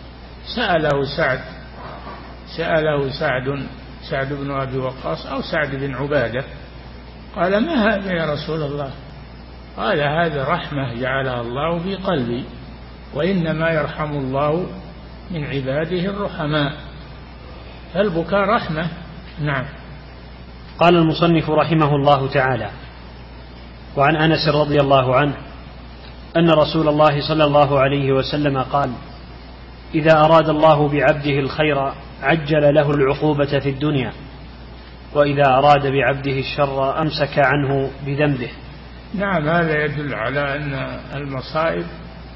سأله سعد بن أبي وقاص أو سعد بن عبادة، قال ما هذا يا رسول الله؟ قال هذا رحمة جعلها الله في قلبي وإنما يرحم الله من عباده الرحماء. فالبكاء رحمة. نعم. قال المصنف رحمه الله تعالى وعن أنس رضي الله عنه أن رسول الله صلى الله عليه وسلم قال إذا أراد الله بعبده الخير عجل له العقوبة في الدنيا وإذا أراد بعبده الشر أمسك عنه بذنبه. نعم. هذا يدل على أن المصائب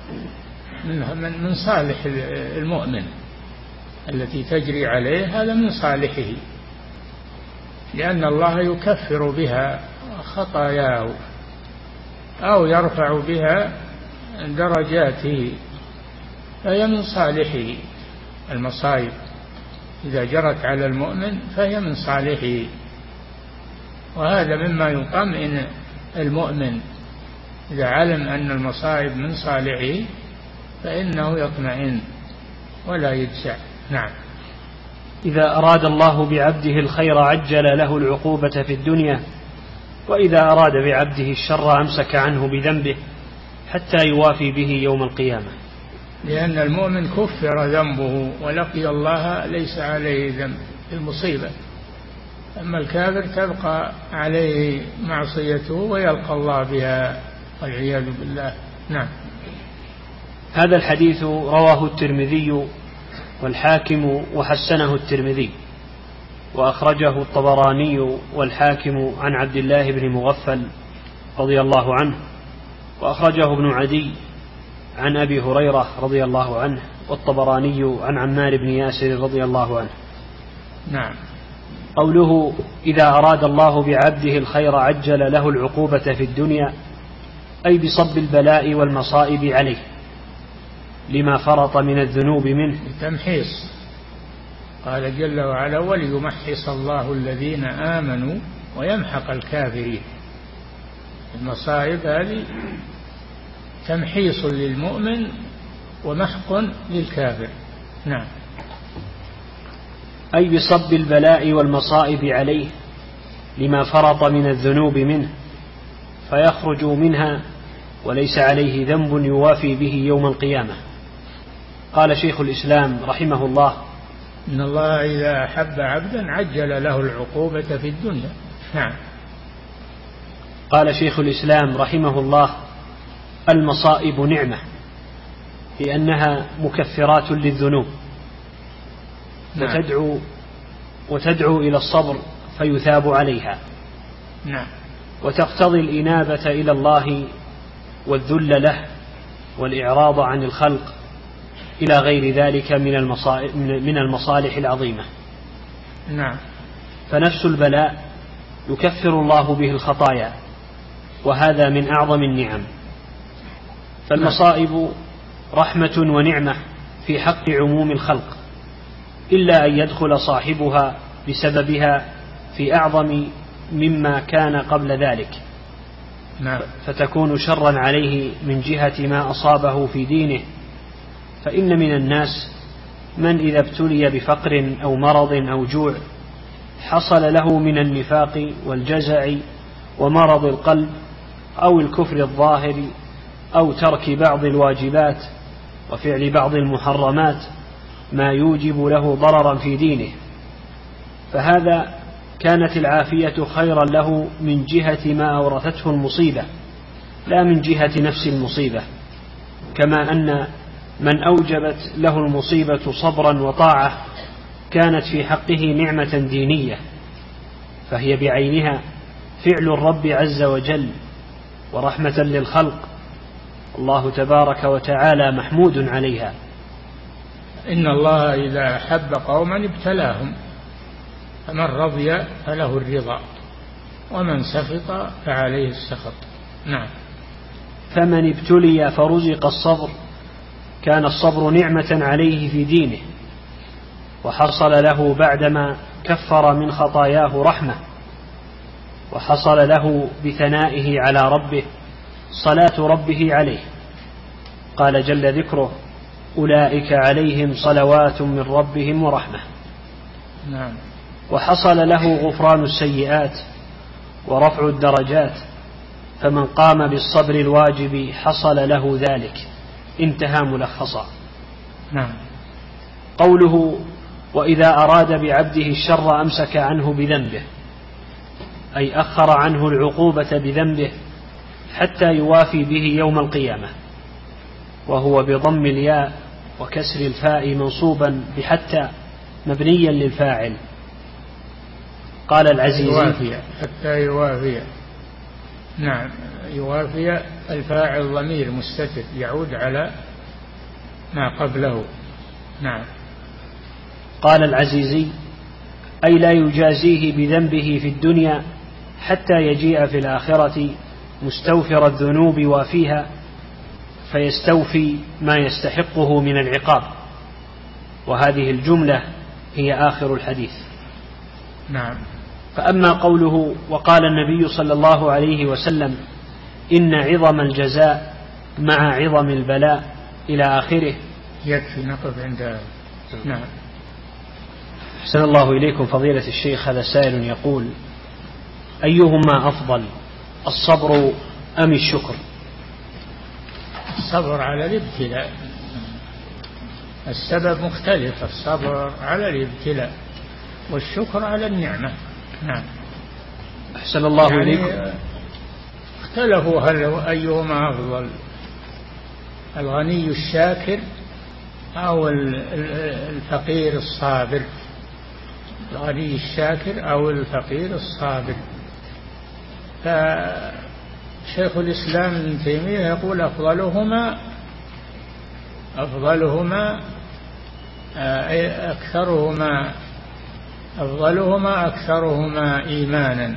من صالح المؤمن التي تجري عليه، هذا من صالحه، لأن الله يكفر بها خطاياه أو يرفع بها درجاته، فهي من صالحه. المصائب إذا جرت على المؤمن فهي من صالحه، وهذا مما يطمئن المؤمن إذا علم أن المصائب من صالحه فإنه يطمئن ولا يجزع. نعم. إذا أراد الله بعبده الخير عجل له العقوبة في الدنيا وإذا أراد بعبده الشر أمسك عنه بذنبه حتى يوافي به يوم القيامة. لأن المؤمن كفر ذنبه ولقي الله ليس عليه ذنب المصيبة، أما الكافر تبقى عليه معصيته ويلقى الله بها والعياذ بالله. نعم. هذا الحديث رواه الترمذي والحاكم وحسنه الترمذي وأخرجه الطبراني والحاكم عن عبد الله بن مغفل رضي الله عنه، وأخرجه ابن عدي عن أبي هريرة رضي الله عنه، والطبراني عن عمار بن ياسر رضي الله عنه. نعم. قوله إذا أراد الله بعبده الخير عجل له العقوبة في الدنيا أي بصب البلاء والمصائب عليه لما فرط من الذنوب منه تمحيص. قال جل وعلا وليمحص الله الذين آمنوا ويمحق الكافرين. المصائب هذه تمحيص للمؤمن ومحق للكافر. نعم. أي بصب البلاء والمصائب عليه لما فرط من الذنوب منه فيخرج منها وليس عليه ذنب يوافي به يوم القيامة. قال شيخ الإسلام رحمه الله: إن الله إذا أحب عبدا عجل له العقوبة في الدنيا. نعم. قال شيخ الإسلام رحمه الله: المصائب نعمة لأنها مكفرات للذنوب. نعم. وتدعو إلى الصبر فيثاب عليها. نعم. وتقتضي الإنابة إلى الله والذل له والإعراض عن الخلق إلى غير ذلك من المصالح العظيمة. نعم. فنفس البلاء يكفر الله به الخطايا، وهذا من أعظم النعم. فالمصائب رحمة ونعمة في حق عموم الخلق، إلا أن يدخل صاحبها بسببها في أعظم مما كان قبل ذلك. نعم. فتكون شرا عليه من جهة ما أصابه في دينه. فإن من الناس من إذا ابتلي بفقر أو مرض أو جوع حصل له من النفاق والجزع ومرض القلب أو الكفر الظاهر أو ترك بعض الواجبات وفعل بعض المحرمات ما يوجب له ضررا في دينه، فهذا كانت العافية خيرا له من جهة ما أورثته المصيبة لا من جهة نفس المصيبة. كما أن من أوجبت له المصيبة صبرا وطاعة كانت في حقه نعمة دينية، فهي بعينها فعل الرب عز وجل ورحمة للخلق، الله تبارك وتعالى محمود عليها. إن الله إذا أحب قوما ابتلاهم، فمن رضي فله الرضا ومن سخط فعليه السخط. نعم. فمن ابتلي فرزق الصبر كان الصبر نعمة عليه في دينه، وحصل له بعدما كفر من خطاياه رحمة، وحصل له بثنائه على ربه صلاة ربه عليه. قال جل ذكره: أولئك عليهم صلوات من ربهم ورحمة. نعم. وحصل له غفران السيئات ورفع الدرجات، فمن قام بالصبر الواجب حصل له ذلك. انتهى ملخصا. نعم. قوله: وإذا أراد بعبده الشر أمسك عنه بذنبه، أي أخر عنه العقوبة بذنبه حتى يوافي به يوم القيامة، وهو بضم الياء وكسر الفاء منصوبا بحتى مبنيا للفاعل. قال العزيزي: حتى يوافي. نعم. يوافي الفاعل ضمير مستتر يعود على ما قبله. نعم. قال العزيزي: أي لا يجازيه بذنبه في الدنيا حتى يجيء في الآخرة مستوفر الذنوب وافيها فيستوفي ما يستحقه من العقاب. وهذه الجملة هي آخر الحديث. نعم. فأما قوله: وقال النبي صلى الله عليه وسلم: إن عظم الجزاء مع عظم البلاء إلى آخره، يكفي نقف عند هذا. نعم. أحسن الله إليكم فضيلة الشيخ. هذا سائل يقول: أيهما أفضل، الصبر أم الشكر؟ الصبر على الابتلاء، السبب مختلف، الصبر على الابتلاء والشكر على النعمة. نعم. أحسن الله إليكم. اختلفوا هل أيهما أفضل، الغني الشاكر أو الفقير الصابر، الغني الشاكر أو الفقير الصابر. فشيخ الإسلام ابن تيمية يقول أفضلهما أكثرهما إيمانا،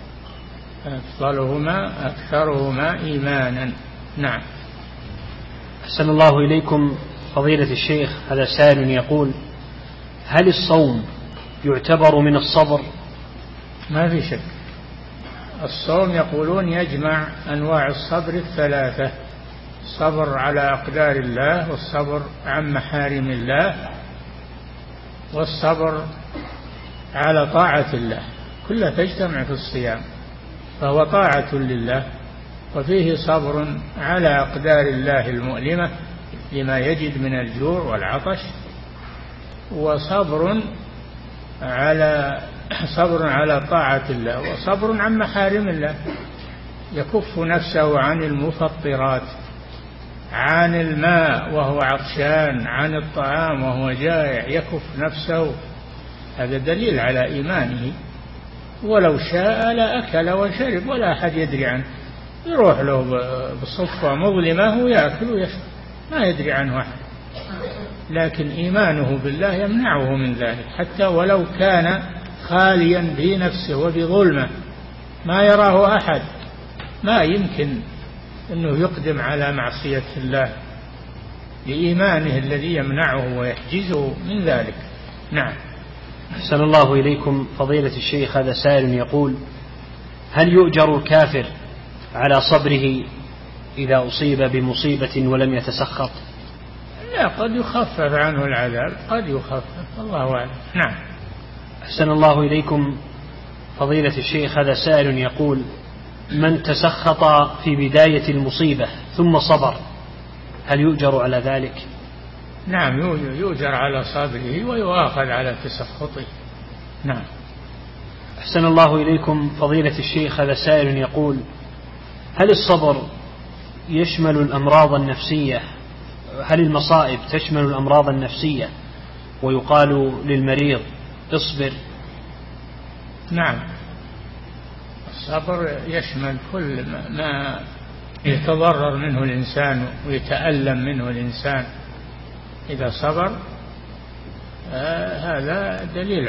أفضلهما أكثرهما إيمانا. نعم. أحسن الله إليكم فضيلة الشيخ. هذا سائل يقول: هل الصوم يعتبر من الصبر؟ ما في شك. الصوم يقولون يجمع أنواع الصبر الثلاثة: الصبر على أقدار الله، والصبر عن محارم الله، والصبر على طاعة الله، كلها تجتمع في الصيام، فهو طاعة لله، وفيه صبر على أقدار الله المؤلمة لما يجد من الجوع والعطش، وصبر على طاعة الله، وصبر عن محارم الله، يكف نفسه عن المفطرات، عن الماء وهو عطشان، عن الطعام وهو جائع، يكف نفسه. هذا دليل على إيمانه. ولو شاء لأكل وشرب ولا أحد يدري عنه، يروح له بصفة مظلمة ويأكل ويشرب ما يدري عنه أحد، لكن إيمانه بالله يمنعه من ذلك، حتى ولو كان خاليا بنفسه وبظلمه ما يراه أحد، ما يمكن أنه يقدم على معصية الله لإيمانه الذي يمنعه ويحجزه من ذلك. نعم. أحسن الله إليكم فضيلة الشيخ، هذا سائل يقول: هل يؤجر الكافر على صبره إذا أصيب بمصيبة ولم يتسخط؟ لا، قد يخفف عنه العذاب، قد يخفف، الله أعلم. نعم. أحسن الله إليكم فضيلة الشيخ، هذا سائل يقول: من تسخط في بداية المصيبة ثم صبر هل يؤجر على ذلك؟ نعم، يؤجر على صبره ويؤاخذ على تسخطه. نعم. أحسن الله إليكم فضيلة الشيخ، هذا سائل يقول: هل الصبر يشمل الأمراض النفسية؟ هل المصائب تشمل الأمراض النفسية ويقال للمريض اصبر؟ نعم، الصبر يشمل كل ما يتضرر منه الإنسان ويتألم منه الإنسان. إذا صبر هذا دليل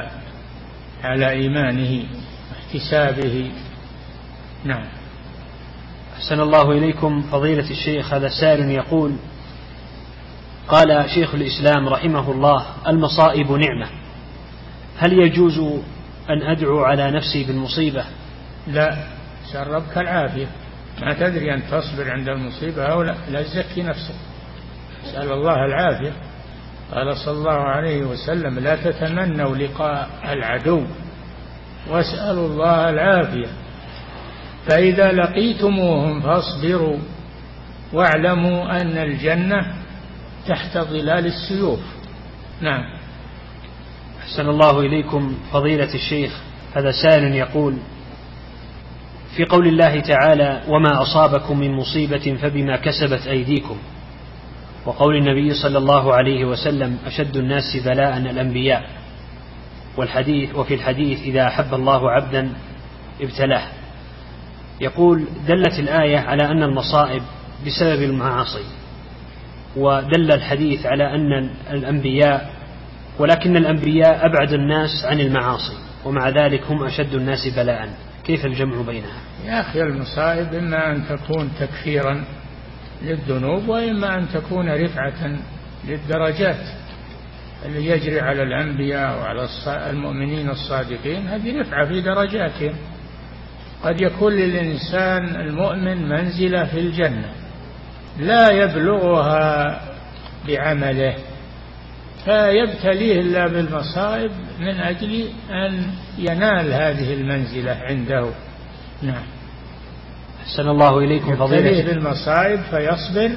على إيمانه واحتسابه. نعم. أحسن الله إليكم فضيلة الشيخ، هذا سائل يقول: قال شيخ الإسلام رحمه الله: المصائب نعمة، هل يجوز أن أدعو على نفسي بالمصيبة؟ لا، شربك العافية، ما تدري أن تصبر عند المصيبة أو لا تزكي نفسك، اسأل الله العافية. قال صلى الله عليه وسلم: لا تتمنوا لقاء العدو واسألوا الله العافية، فإذا لقيتموهم فاصبروا واعلموا أن الجنة تحت ظلال السيوف. نعم. أحسن الله إليكم فضيلة الشيخ، هذا سائل يقول: في قول الله تعالى: وما أصابكم من مصيبة فبما كسبت أيديكم، وقول النبي صلى الله عليه وسلم: أشد الناس بلاء الأنبياء، وفي الحديث: إذا أحب الله عبدا ابتلاه. يقول: دلت الآية على أن المصائب بسبب المعاصي، ودل الحديث على أن الأنبياء، ولكن الأنبياء أبعد الناس عن المعاصي، ومع ذلك هم أشد الناس بلاء، كيف الجمع بينها؟ يا أخي، المصائب إما أن تكون تكفيرا للذنوب، وإما أن تكون رفعة للدرجات، اللي يجري على الأنبياء وعلى المؤمنين الصادقين هذه رفعة في درجاتهم. قد يكون للإنسان المؤمن منزلة في الجنة لا يبلغها بعمله، فيبتليه الله بالمصائب من أجل أن ينال هذه المنزلة عنده. نعم. أحسن الله إليكم فضيلة، يبتليه بالمصائب فيصبر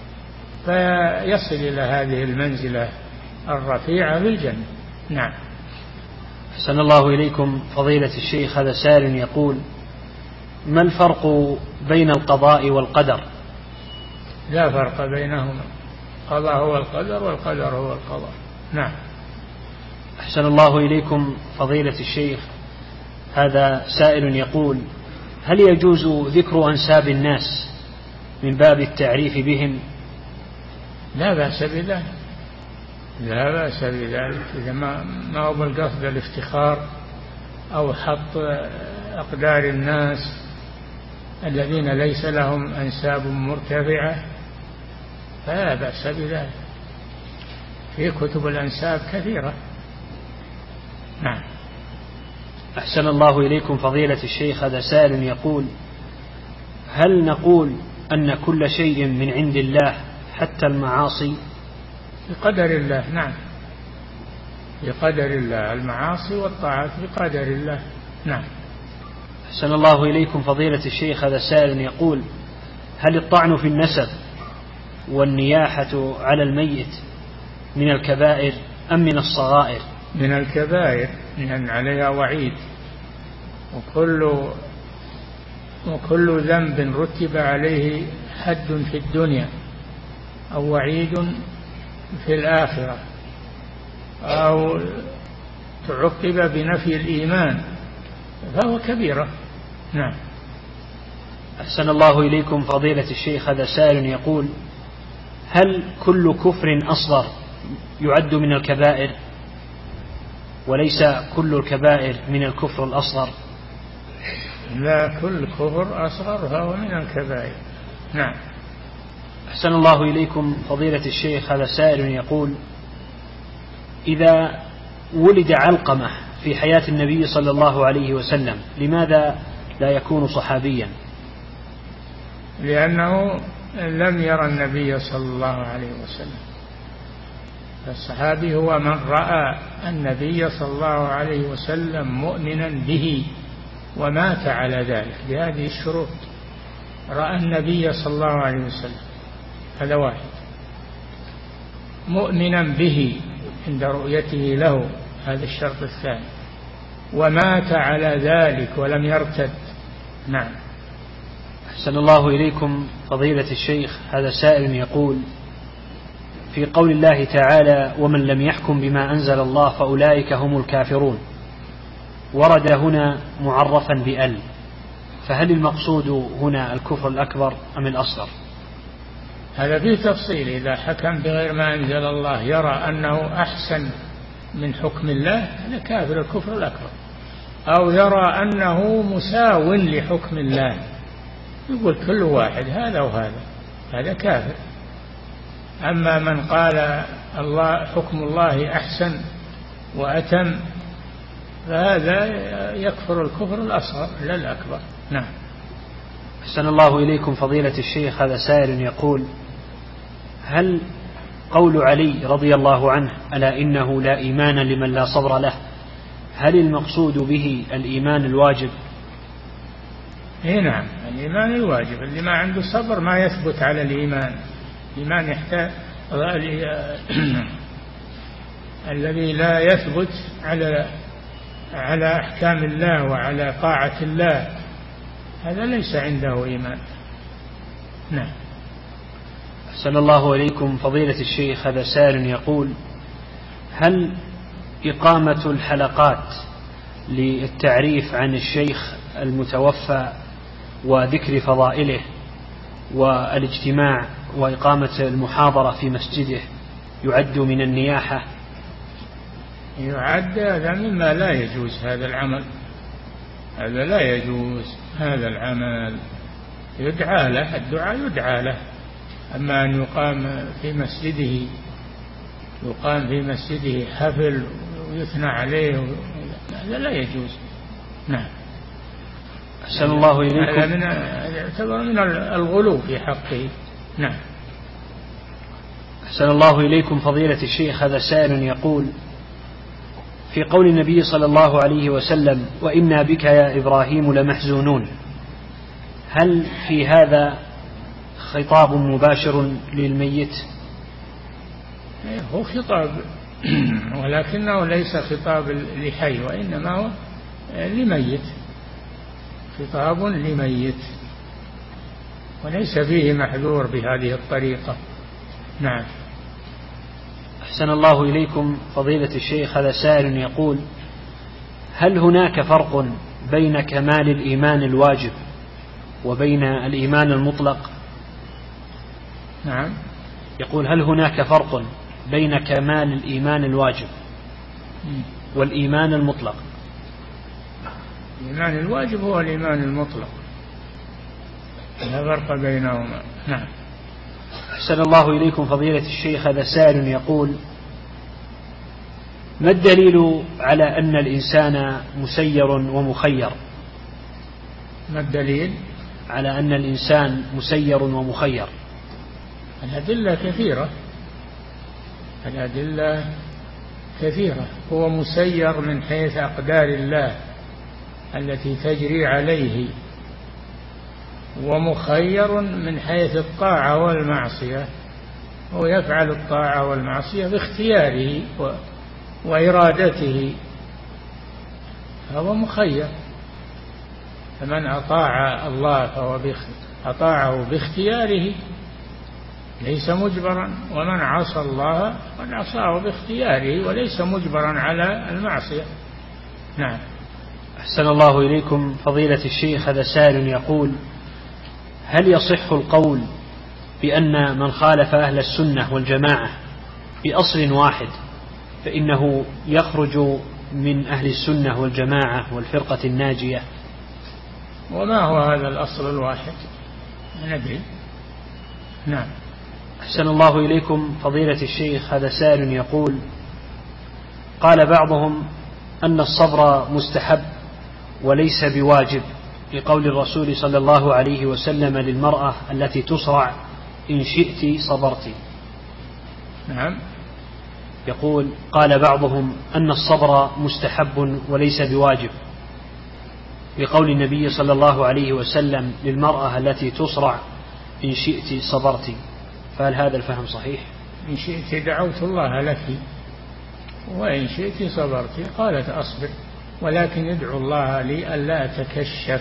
فيصل إلى هذه المنزلة الرفيعة في الجنة. نعم. أحسن الله إليكم فضيلة الشيخ، هذا سائل يقول: ما الفرق بين القضاء والقدر؟ لا فرق بينهما، القضاء هو القدر والقدر هو القضاء. نعم. أحسن الله إليكم فضيلة الشيخ، هذا سائل يقول: هل يجوز ذكر أنساب الناس من باب التعريف بهم؟ لا بأس بذلك، لا بأس بذلك، إذا ما هو بالقصد الافتخار أو حط أقدار الناس الذين ليس لهم أنساب مرتفعة، فلا بأس بذلك، في كتب الأنساب كثيرة. نعم. أحسن الله إليكم فضيلة الشيخ، هذا سائل يقول: هل نقول أن كل شيء من عند الله حتى المعاصي؟ بقدر الله، نعم، بقدر الله، المعاصي والطاعات بقدر الله، نعم. أحسن الله إليكم فضيلة الشيخ، هذا سائل يقول: هل الطعن في النسب والنياحة على الميت من الكبائر أم من الصغائر؟ من الكبائر، لأن عليها وعيد، وكل ذنب رتب عليه حد في الدنيا أو وعيد في الآخرة أو تعقب بنفي الإيمان فهو كبيرة، نعم. أحسن الله إليكم فضيلة الشيخ، هذا سائل يقول: هل كل كفر أصغر يعد من الكبائر وليس كل الكبائر من الكفر الأصغر؟ لا، كل كفر أصغر فهو من الكبائر، نعم. أحسن الله إليكم فضيلة الشيخ، هذا سائل يقول: إذا ولد علقمة في حياة النبي صلى الله عليه وسلم لماذا لا يكون صحابيا؟ لأنه لم يرى النبي صلى الله عليه وسلم. الصحابي هو من رأى النبي صلى الله عليه وسلم مؤمنا به ومات على ذلك بهذه الشروط. رأى النبي صلى الله عليه وسلم، هذا واحد، مؤمنا به عند رؤيته له، هذا الشرط الثاني، ومات على ذلك ولم يرتد، نعم. أحسن الله إليكم فضيلة الشيخ، هذا سائل يقول: في قول الله تعالى: ومن لم يحكم بما أنزل الله فأولئك هم الكافرون، ورد هنا معرفا بأل، فهل المقصود هنا الكفر الأكبر أم الأصغر؟ هذا فيه تفصيل. إذا حكم بغير ما أنزل الله يرى أنه أحسن من حكم الله هذا كافر الكفر الأكبر، أو يرى أنه مساو لحكم الله، يقول كل واحد هذا وهذا، هذا كافر. أما من قال الله حكم الله أحسن وأتم فهذا يكفر الكفر الأصغر لا الأكبر، نعم. أحسن الله إليكم فضيلة الشيخ، هذا سائل يقول: هل قول علي رضي الله عنه: ألا إنه لا إيمان لمن لا صبر له، هل المقصود به الإيمان الواجب؟ نعم، الإيمان الواجب، اللي ما عنده صبر ما يثبت على الإيمان. الإيمان يحتاج الذي لا يثبت على أحكام الله وعلى طاعة الله هذا ليس عنده إيمان، نعم. أحسن الله إليكم فضيلة الشيخ، هذا سائل يقول: هل إقامة الحلقات للتعريف عن الشيخ المتوفى وذكر فضائله والاجتماع وإقامة المحاضرة في مسجده يعد من النياحة؟ يعد، هذا مما لا يجوز، هذا العمل هذا لا يجوز، هذا العمل يدعى له، الدعاء يدعى له. أما أن يقام في مسجده حفل ويثنى عليه هذا لا يجوز، نعم. أحسن الله إليكم. هذا يعتبر من الغلو في حقه، نعم. أحسن الله إليكم فضيلة الشيخ، هذا سائل يقول: في قول النبي صلى الله عليه وسلم: وإنا بك يا إبراهيم لمحزونون، هل في هذا خطاب مباشر للميت؟ هو خطاب ولكنه ليس خطاب لحي، وإنما هو لميت، خطاب لميت، وليس فيه محذور بهذه الطريقة، نعم. أحسن الله إليكم فضيلة الشيخ، هذا سائل يقول: هل هناك فرق بين كمال الإيمان الواجب وبين الإيمان المطلق؟ نعم. يقول: هل هناك فرق بين كمال الإيمان الواجب والإيمان المطلق؟ الإيمان الواجب هو الإيمان المطلق، لا فرق بينهما، نعم. أحسن الله إليكم فضيلة الشيخ، هذا سائل يقول: ما الدليل على أن الإنسان مسير ومخير؟ ما الدليل؟ على أن الإنسان مسير ومخير؟ الأدلة كثيرة، الأدلة كثيرة. هو مسير من حيث أقدار الله التي تجري عليه، ومخير من حيث الطاعة والمعصية، هو يفعل الطاعة والمعصية باختياره وإرادته، فهو مخير. فمن أطاع الله فهو أطاعه باختياره ليس مجبرا، ومن عصى الله قد عصاه باختياره وليس مجبرا على المعصية. نعم. أحسن الله إليكم فضيلة الشيخ، هذا سائل يقول: هل يصح القول بأن من خالف أهل السنة والجماعة بأصل واحد فإنه يخرج من أهل السنة والجماعة والفرقة الناجية؟ وما هو هذا الأصل الواحد؟ ندري. نعم. أحسن الله إليكم فضيلة الشيخ، هذا سائل يقول: قال بعضهم أن الصبر مستحب وليس بواجب، لقول الرسول صلى الله عليه وسلم للمرأة التي تصرع: إن شئت صبرت. نعم. يقول: قال بعضهم أن الصبر مستحب وليس بواجب، لقول النبي صلى الله عليه وسلم للمرأة التي تصرع: إن شئت صبرت. فهل هذا الفهم صحيح؟ إن شئت دعوت الله لك وإن شئت صبرت. قالت: أصبر ولكن ادعو الله لي ألا أتكشف،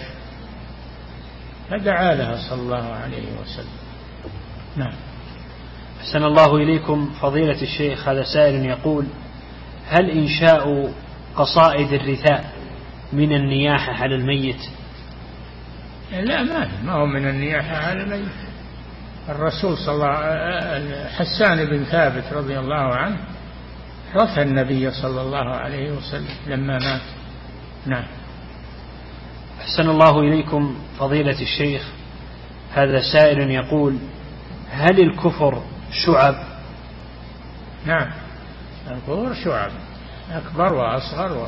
فدعا لها صلى الله عليه وسلم. نعم. أحسن الله إليكم فضيلة الشيخ، هذا سائل يقول: هل إنشاء قصائد الرثاء من النياحة على الميت؟ لا، ما هو من النياحة على الميت. الرسول صلى الله عليه حسان بن ثابت رضي الله عنه رثى النبي صلى الله عليه وسلم لما مات. نعم. أحسن الله إليكم فضيلة الشيخ، هذا سائل يقول: هل الكفر شعب؟ نعم، الكفر شعب، أكبر وأصغر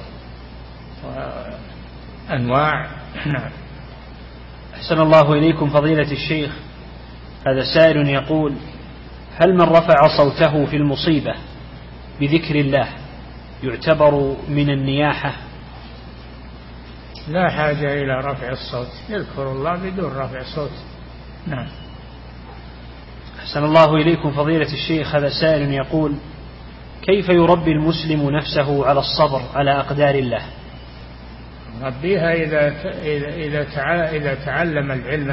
وأنواع. نعم. أحسن الله إليكم فضيلة الشيخ، هذا سائل يقول: هل من رفع صوته في المصيبة بذكر الله يعتبر من النياحة؟ لا حاجة إلى رفع الصوت، يذكر الله بدون رفع صوت. نعم. أحسن الله إليكم فضيلة الشيخ، هذا سائل يقول: كيف يربي المسلم نفسه على الصبر على أقدار الله؟ ربيها إذا تعلم العلم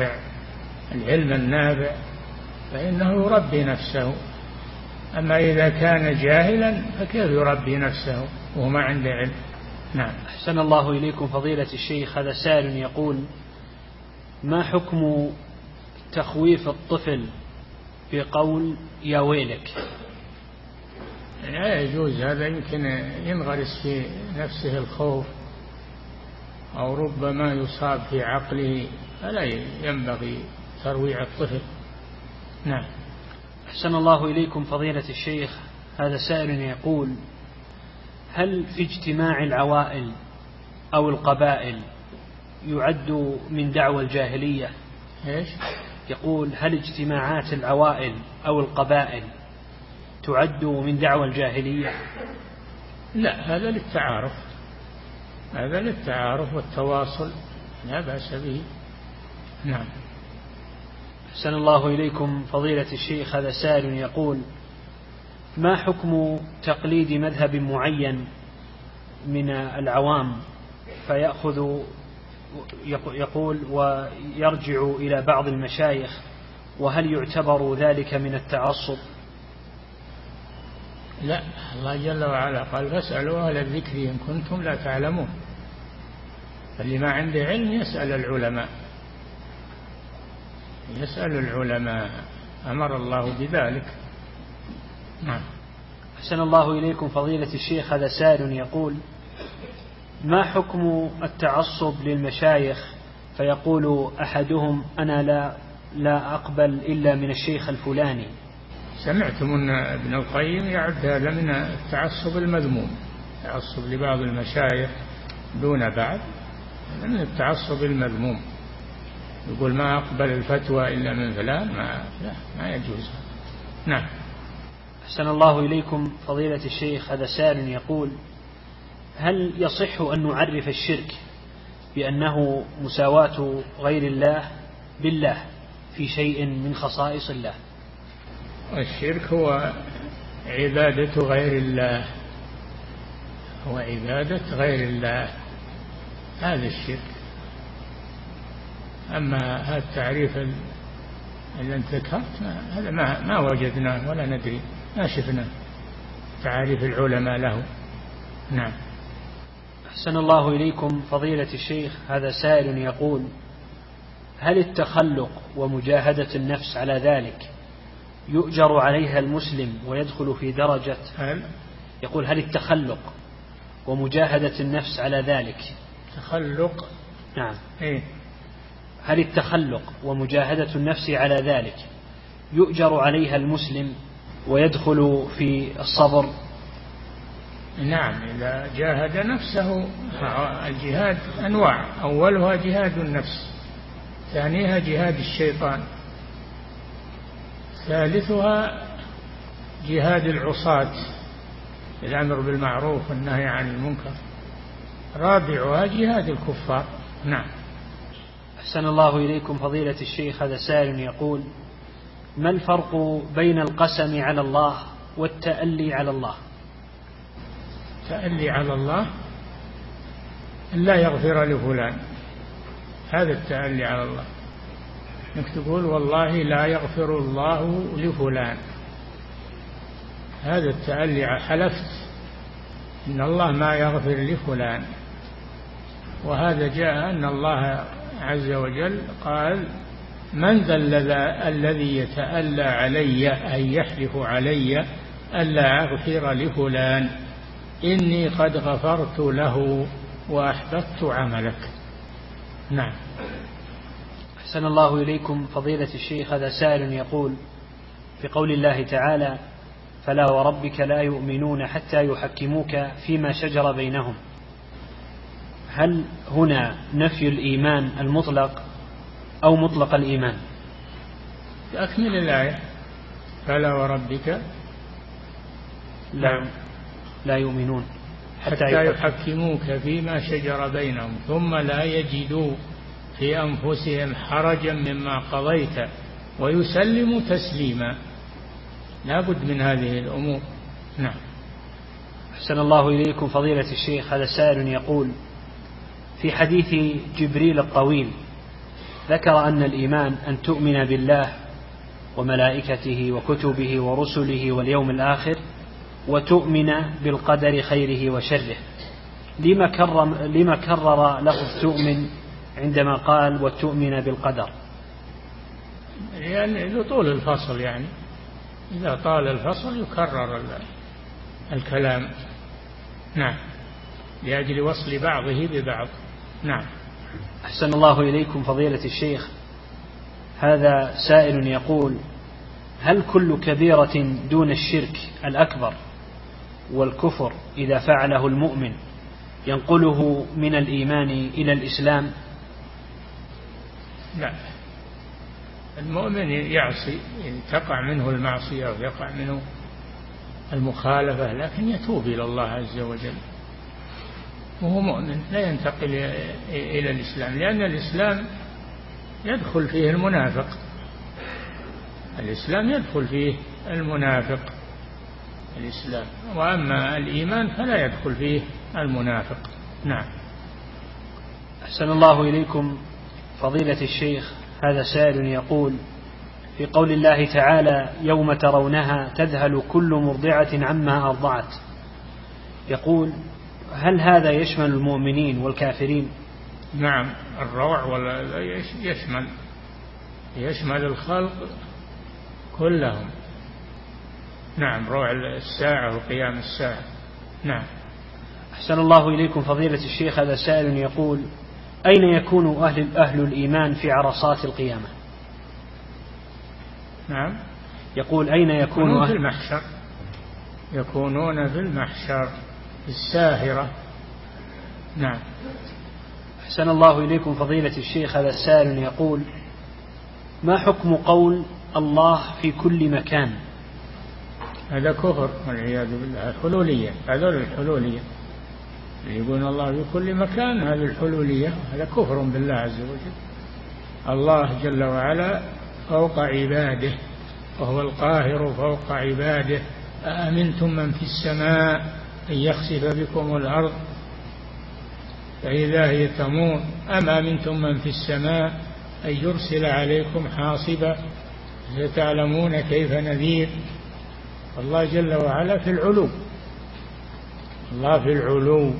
النافع فإنه يربي نفسه. أما إذا كان جاهلا فكيف يربي نفسه وهو ما عنده علم؟ نعم. أحسن الله إليكم فضيلة الشيخ، هذا سائل يقول: ما حكم تخويف الطفل بقول يا ويلك؟ لا يجوز هذا، يمكن ينغرس في نفسه الخوف أو ربما يصاب في عقله، فلا ينبغي ترويع الطفل. نعم. أحسن الله إليكم فضيلة الشيخ، هذا سائل يقول: هل في اجتماع العوائل أو القبائل يعد من دعوى الجاهلية؟ إيش؟ يقول: هل اجتماعات العوائل أو القبائل تعد من دعوى الجاهلية؟ لا، هذا للتعارف والتواصل، لا بأس به. نعم. أحسن الله إليكم فضيلة الشيخ، هذا سائل يقول: ما حكم تقليد مذهب معين من العوام فيأخذ يقول ويرجع إلى بعض المشايخ، وهل يعتبر ذلك من التعصب؟ لا، الله جل وعلا قال: فاسألوا أهل الذكر إن كنتم لا تعلمون. فاللي ما عنده علم يسأل العلماء، أمر الله بذلك. نعم. أحسن الله إليكم فضيلة الشيخ، هذا سائل يقول: ما حكم التعصب للمشايخ فيقول أحدهم: أنا لا أقبل إلا من الشيخ الفلاني؟ سمعتم أن ابن القيم يعد هذا من التعصب المذموم، تعصب لبعض المشايخ دون بعض، من التعصب المذموم. يقول ما أقبل الفتوى إلا من فلان، ما يجوز. نعم. أحسن الله إليكم فضيلة الشيخ، هذا سائل يقول: هل يصح أن نعرف الشرك بأنه مساواة غير الله بالله في شيء من خصائص الله؟ الشرك هو عبادة غير الله، هو عبادة غير الله، هذا الشرك. أما هذا التعريف اللي أنت ذكرت هذا ما وجدناه ولا ندري، ما شفنا تعاريف العلماء له. نعم. أحسن الله إليكم فضيلة الشيخ، هذا سائل يقول: هل التخلق ومجاهدة النفس على ذلك يؤجر عليها المسلم ويدخل في درجة؟ يقول: هل التخلق ومجاهدة النفس على ذلك، تخلق، نعم، هل التخلق ومجاهدة النفس على ذلك يؤجر عليها المسلم ويدخل في الصبر؟ نعم، إذا جاهد نفسه. الجهاد أنواع: أولها جهاد النفس، ثانيها جهاد الشيطان، ثالثها جهاد العصاة الأمر بالمعروف والنهي عن المنكر، رابعها جهاد الكفار. نعم. أحسن الله إليكم فضيلة الشيخ، هذا سائل يقول: ما الفرق بين القسم على الله والتألي على الله؟ التألي على الله أن لا يغفر لفلان، هذا التألي على الله، انك تقول والله لا يغفر الله لفلان، هذا التألي، حلفت إن الله ما يغفر لفلان. وهذا جاء أن الله عز وجل قال: من ذا الذي يتألى علي، أي يحلف علي ألا أغفر لفلان، إني قد غفرت له وأحبطت عملك. نعم. أحسن الله إليكم فضيلة الشيخ، هذا سائل يقول: في قول الله تعالى: فلا وربك لا يؤمنون حتى يحكموك فيما شجر بينهم، هل هنا نفي الإيمان المطلق أو مطلق الإيمان؟ أكمل الآية: فلا وربك لا يؤمنون حتى يحكموك فيما شجر بينهم ثم لا يجدوا في أنفسهم حرجا مما قضيت ويسلموا تسليما. لا بد من هذه الأمور. نعم. أحسن الله إليكم فضيلة الشيخ، هذا سائل يقول: في حديث جبريل الطويل ذكر أن الإيمان أن تؤمن بالله وملائكته وكتبه ورسله واليوم الآخر وتؤمن بالقدر خيره وشره، لما كرر لفظ تؤمن عندما قال وتؤمن بالقدر؟ يعني لطول الفصل، يعني إذا طال الفصل يكرر الكلام. نعم، لأجل وصل بعضه ببعض. نعم. أحسن الله إليكم فضيلة الشيخ، هذا سائل يقول: هل كل كبيرة دون الشرك الأكبر والكفر إذا فعله المؤمن ينقله من الإيمان إلى الإسلام؟ لا، المؤمن يعصي، تقع منه المعصية ويقع منه المخالفة، لكن يتوب إلى الله عز وجل وهو مؤمن، لا ينتقل إلى الإسلام، لأن الإسلام يدخل فيه المنافق، الإسلام يدخل فيه المنافق الإسلام، وأما الإيمان فلا يدخل فيه المنافق. نعم. أحسن الله إليكم فضيلة الشيخ، هذا سائل يقول: في قول الله تعالى: يوم ترونها تذهل كل مرضعة عما أرضعت، يقول: هل هذا يشمل المؤمنين والكافرين؟ نعم، الروع يشمل الخلق كلهم. نعم، روع الساعة وقيام الساعة. نعم. أحسن الله إليكم فضيلة الشيخ، هذا سائل يقول: أين يكون أهل الإيمان في عرصات القيامة؟ نعم، يقول: أين يكون في المحشر، يكونون في المحشر الساهرة. نعم. أحسن الله إليكم فضيلة الشيخ. هذا سائل يقول: ما حكم قول الله في كل مكان؟ هذا كفر والعياذ بالله. الحلولية، هذول الحلولية يقولون الله في كل مكان، هذه الحلولية، هذا كفر بالله عز وجل. الله جل وعلا فوق عباده، وهو القاهر فوق عباده. أأمنتم من في السماء أن يخسف بكم الأرض فإذا هي تمور، أم أمنتم من في السماء أن يرسل عليكم حاصبا ستعلمون كيف نذير. الله جل وعلا في العلو، الله في العلو.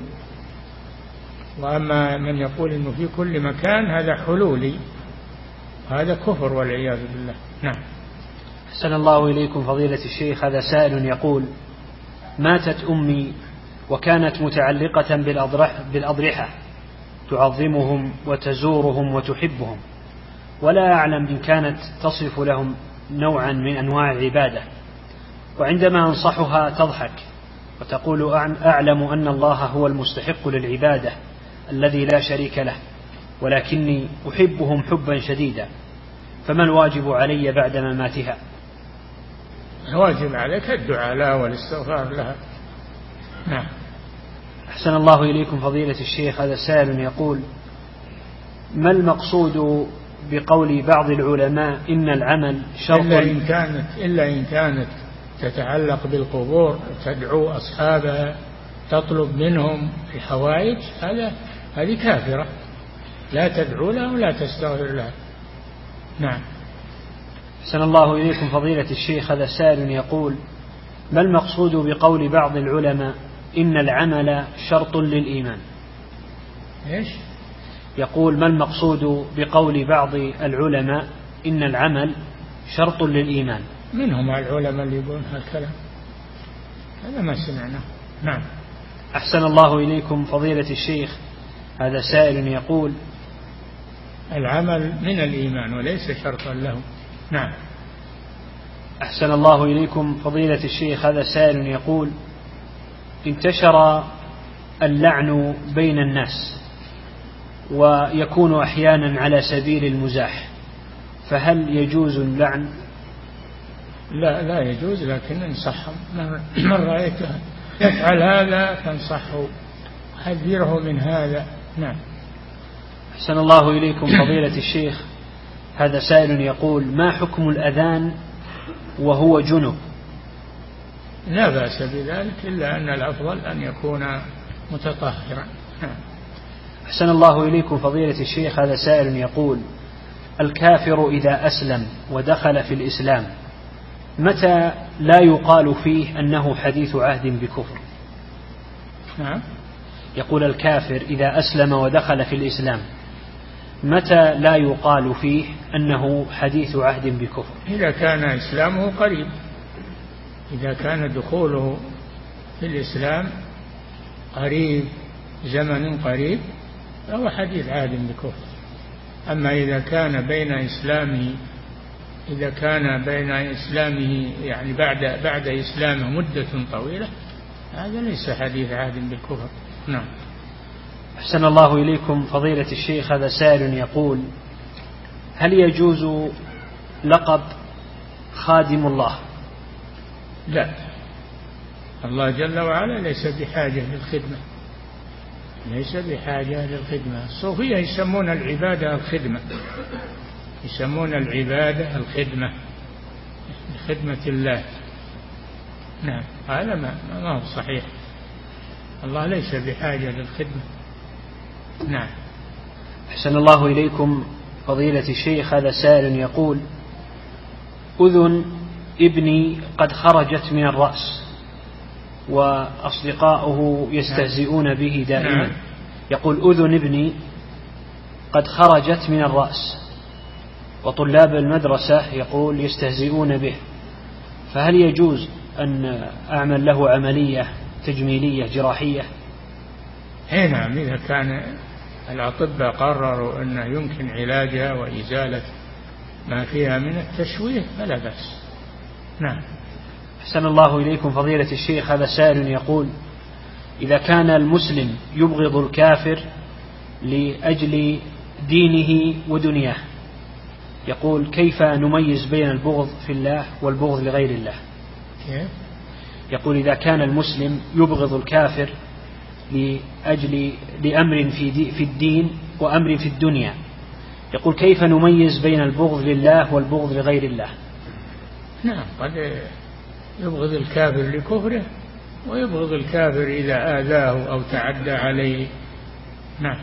وأما من يقول إنه في كل مكان هذا حلولي، هذا كفر والعياذ بالله. نعم. أحسن الله إليكم فضيلة الشيخ. هذا سائل يقول: ماتت أمي وكانت متعلقة بالأضرحة، تعظمهم وتزورهم وتحبهم، ولا أعلم إن كانت تصف لهم نوعا من أنواع العبادة، وعندما أنصحها تضحك وتقول: أعلم أن الله هو المستحق للعبادة الذي لا شريك له، ولكني أحبهم حبا شديدا، فما الواجب علي بعد مماتها؟ الواجب عليك الدعاء لها والاستغفار لها. نعم. أحسن الله إليكم فضيلة الشيخ. هذا سائل يقول: ما المقصود بقول بعض العلماء إن العمل شرط إلا إن كانت تتعلق بالقبور، تدعو أصحابها، تطلب منهم الحوائج، هذه كافرة، لا تدعو لها ولا تستغفر لها. نعم. أحسن الله إليكم فضيلة الشيخ. هذا سائل يقول: ما المقصود بقول بعض العلماء إن العمل شرط للإيمان؟ إيش؟ يقول: ما المقصود بقول بعض العلماء إن العمل شرط للإيمان؟ منهم العلماء اللي يقولون هالكلام، هذا ما سمعنا. نعم. أحسن الله إليكم فضيلة الشيخ. هذا سائل يقول: العمل من الإيمان وليس شرطا له. نعم. أحسن الله إليكم فضيلة الشيخ. هذا سائل يقول: انتشر اللعن بين الناس ويكون أحيانا على سبيل المزاح، فهل يجوز اللعن؟ لا يجوز، لكن انصحهم. من رأيته يفعل هذا فانصحه، حذره من هذا. نعم. أحسن الله إليكم فضيلة الشيخ. هذا سائل يقول: ما حكم الأذان وهو جنب؟ لا بأس بذلك، إلا أن الأفضل أن يكون متطهرا. أحسن الله إليكم فضيلة الشيخ. هذا سائل يقول: الكافر إذا أسلم ودخل في الإسلام متى لا يقال فيه أنه حديث عهد بكفر؟ نعم. يقول: الكافر إذا أسلم ودخل في الإسلام متى لا يقال فيه أنه حديث عهد بكفر؟ إذا كان إسلامه قريب، إذا كان دخوله في الإسلام قريب، زمن قريب، فهو حديث عهد بكفر. أما إذا كان بين إسلامه يعني بعد إسلامه مدة طويلة، هذا ليس حديث عهد بالكفر. نعم. أحسن الله إليكم فضيلة الشيخ. هذا سائل يقول: هل يجوز لقب خادم الله؟ لا، الله جل وعلا ليس بحاجة للخدمة، ليس بحاجة للخدمة. الصوفية يسمون العبادة الخدمة، يسمون العبادة الخدمة، خدمة الله. نعم. هذا ما هو صحيح، الله ليس بحاجة للخدمة. نعم. أحسن الله إليكم فضيلة الشيخ. هذا سائل يقول: أذن ابني قد خرجت من الرأس وأصدقاؤه يستهزئون به دائما. يقول: أذن ابني قد خرجت من الرأس وطلاب المدرسة يقول يستهزئون به، فهل يجوز أن أعمل له عملية تجميلية جراحية؟ نعم، إذا كان الأطباء قرروا أنه يمكن علاجها وإزالة ما فيها من التشويه فلا بأس. نعم. أحسن الله إليكم فضيلة الشيخ. هذا سائل يقول: إذا كان المسلم يبغض الكافر لأجل دينه ودنياه، يقول كيف نميز بين البغض في الله والبغض لغير الله؟ يقول إذا كان المسلم يبغض الكافر لأمر في الدين وأمر في الدنيا، يقول كيف نميز بين البغض لله والبغض لغير الله؟ نعم، قد يبغض الكافر لكفره ويبغض الكافر إذا آذاه أو تعدى عليه. نعم.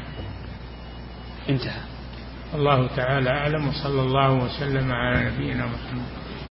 انتهى. الله تعالى أعلم، وصلى الله وسلم على نبينا محمد.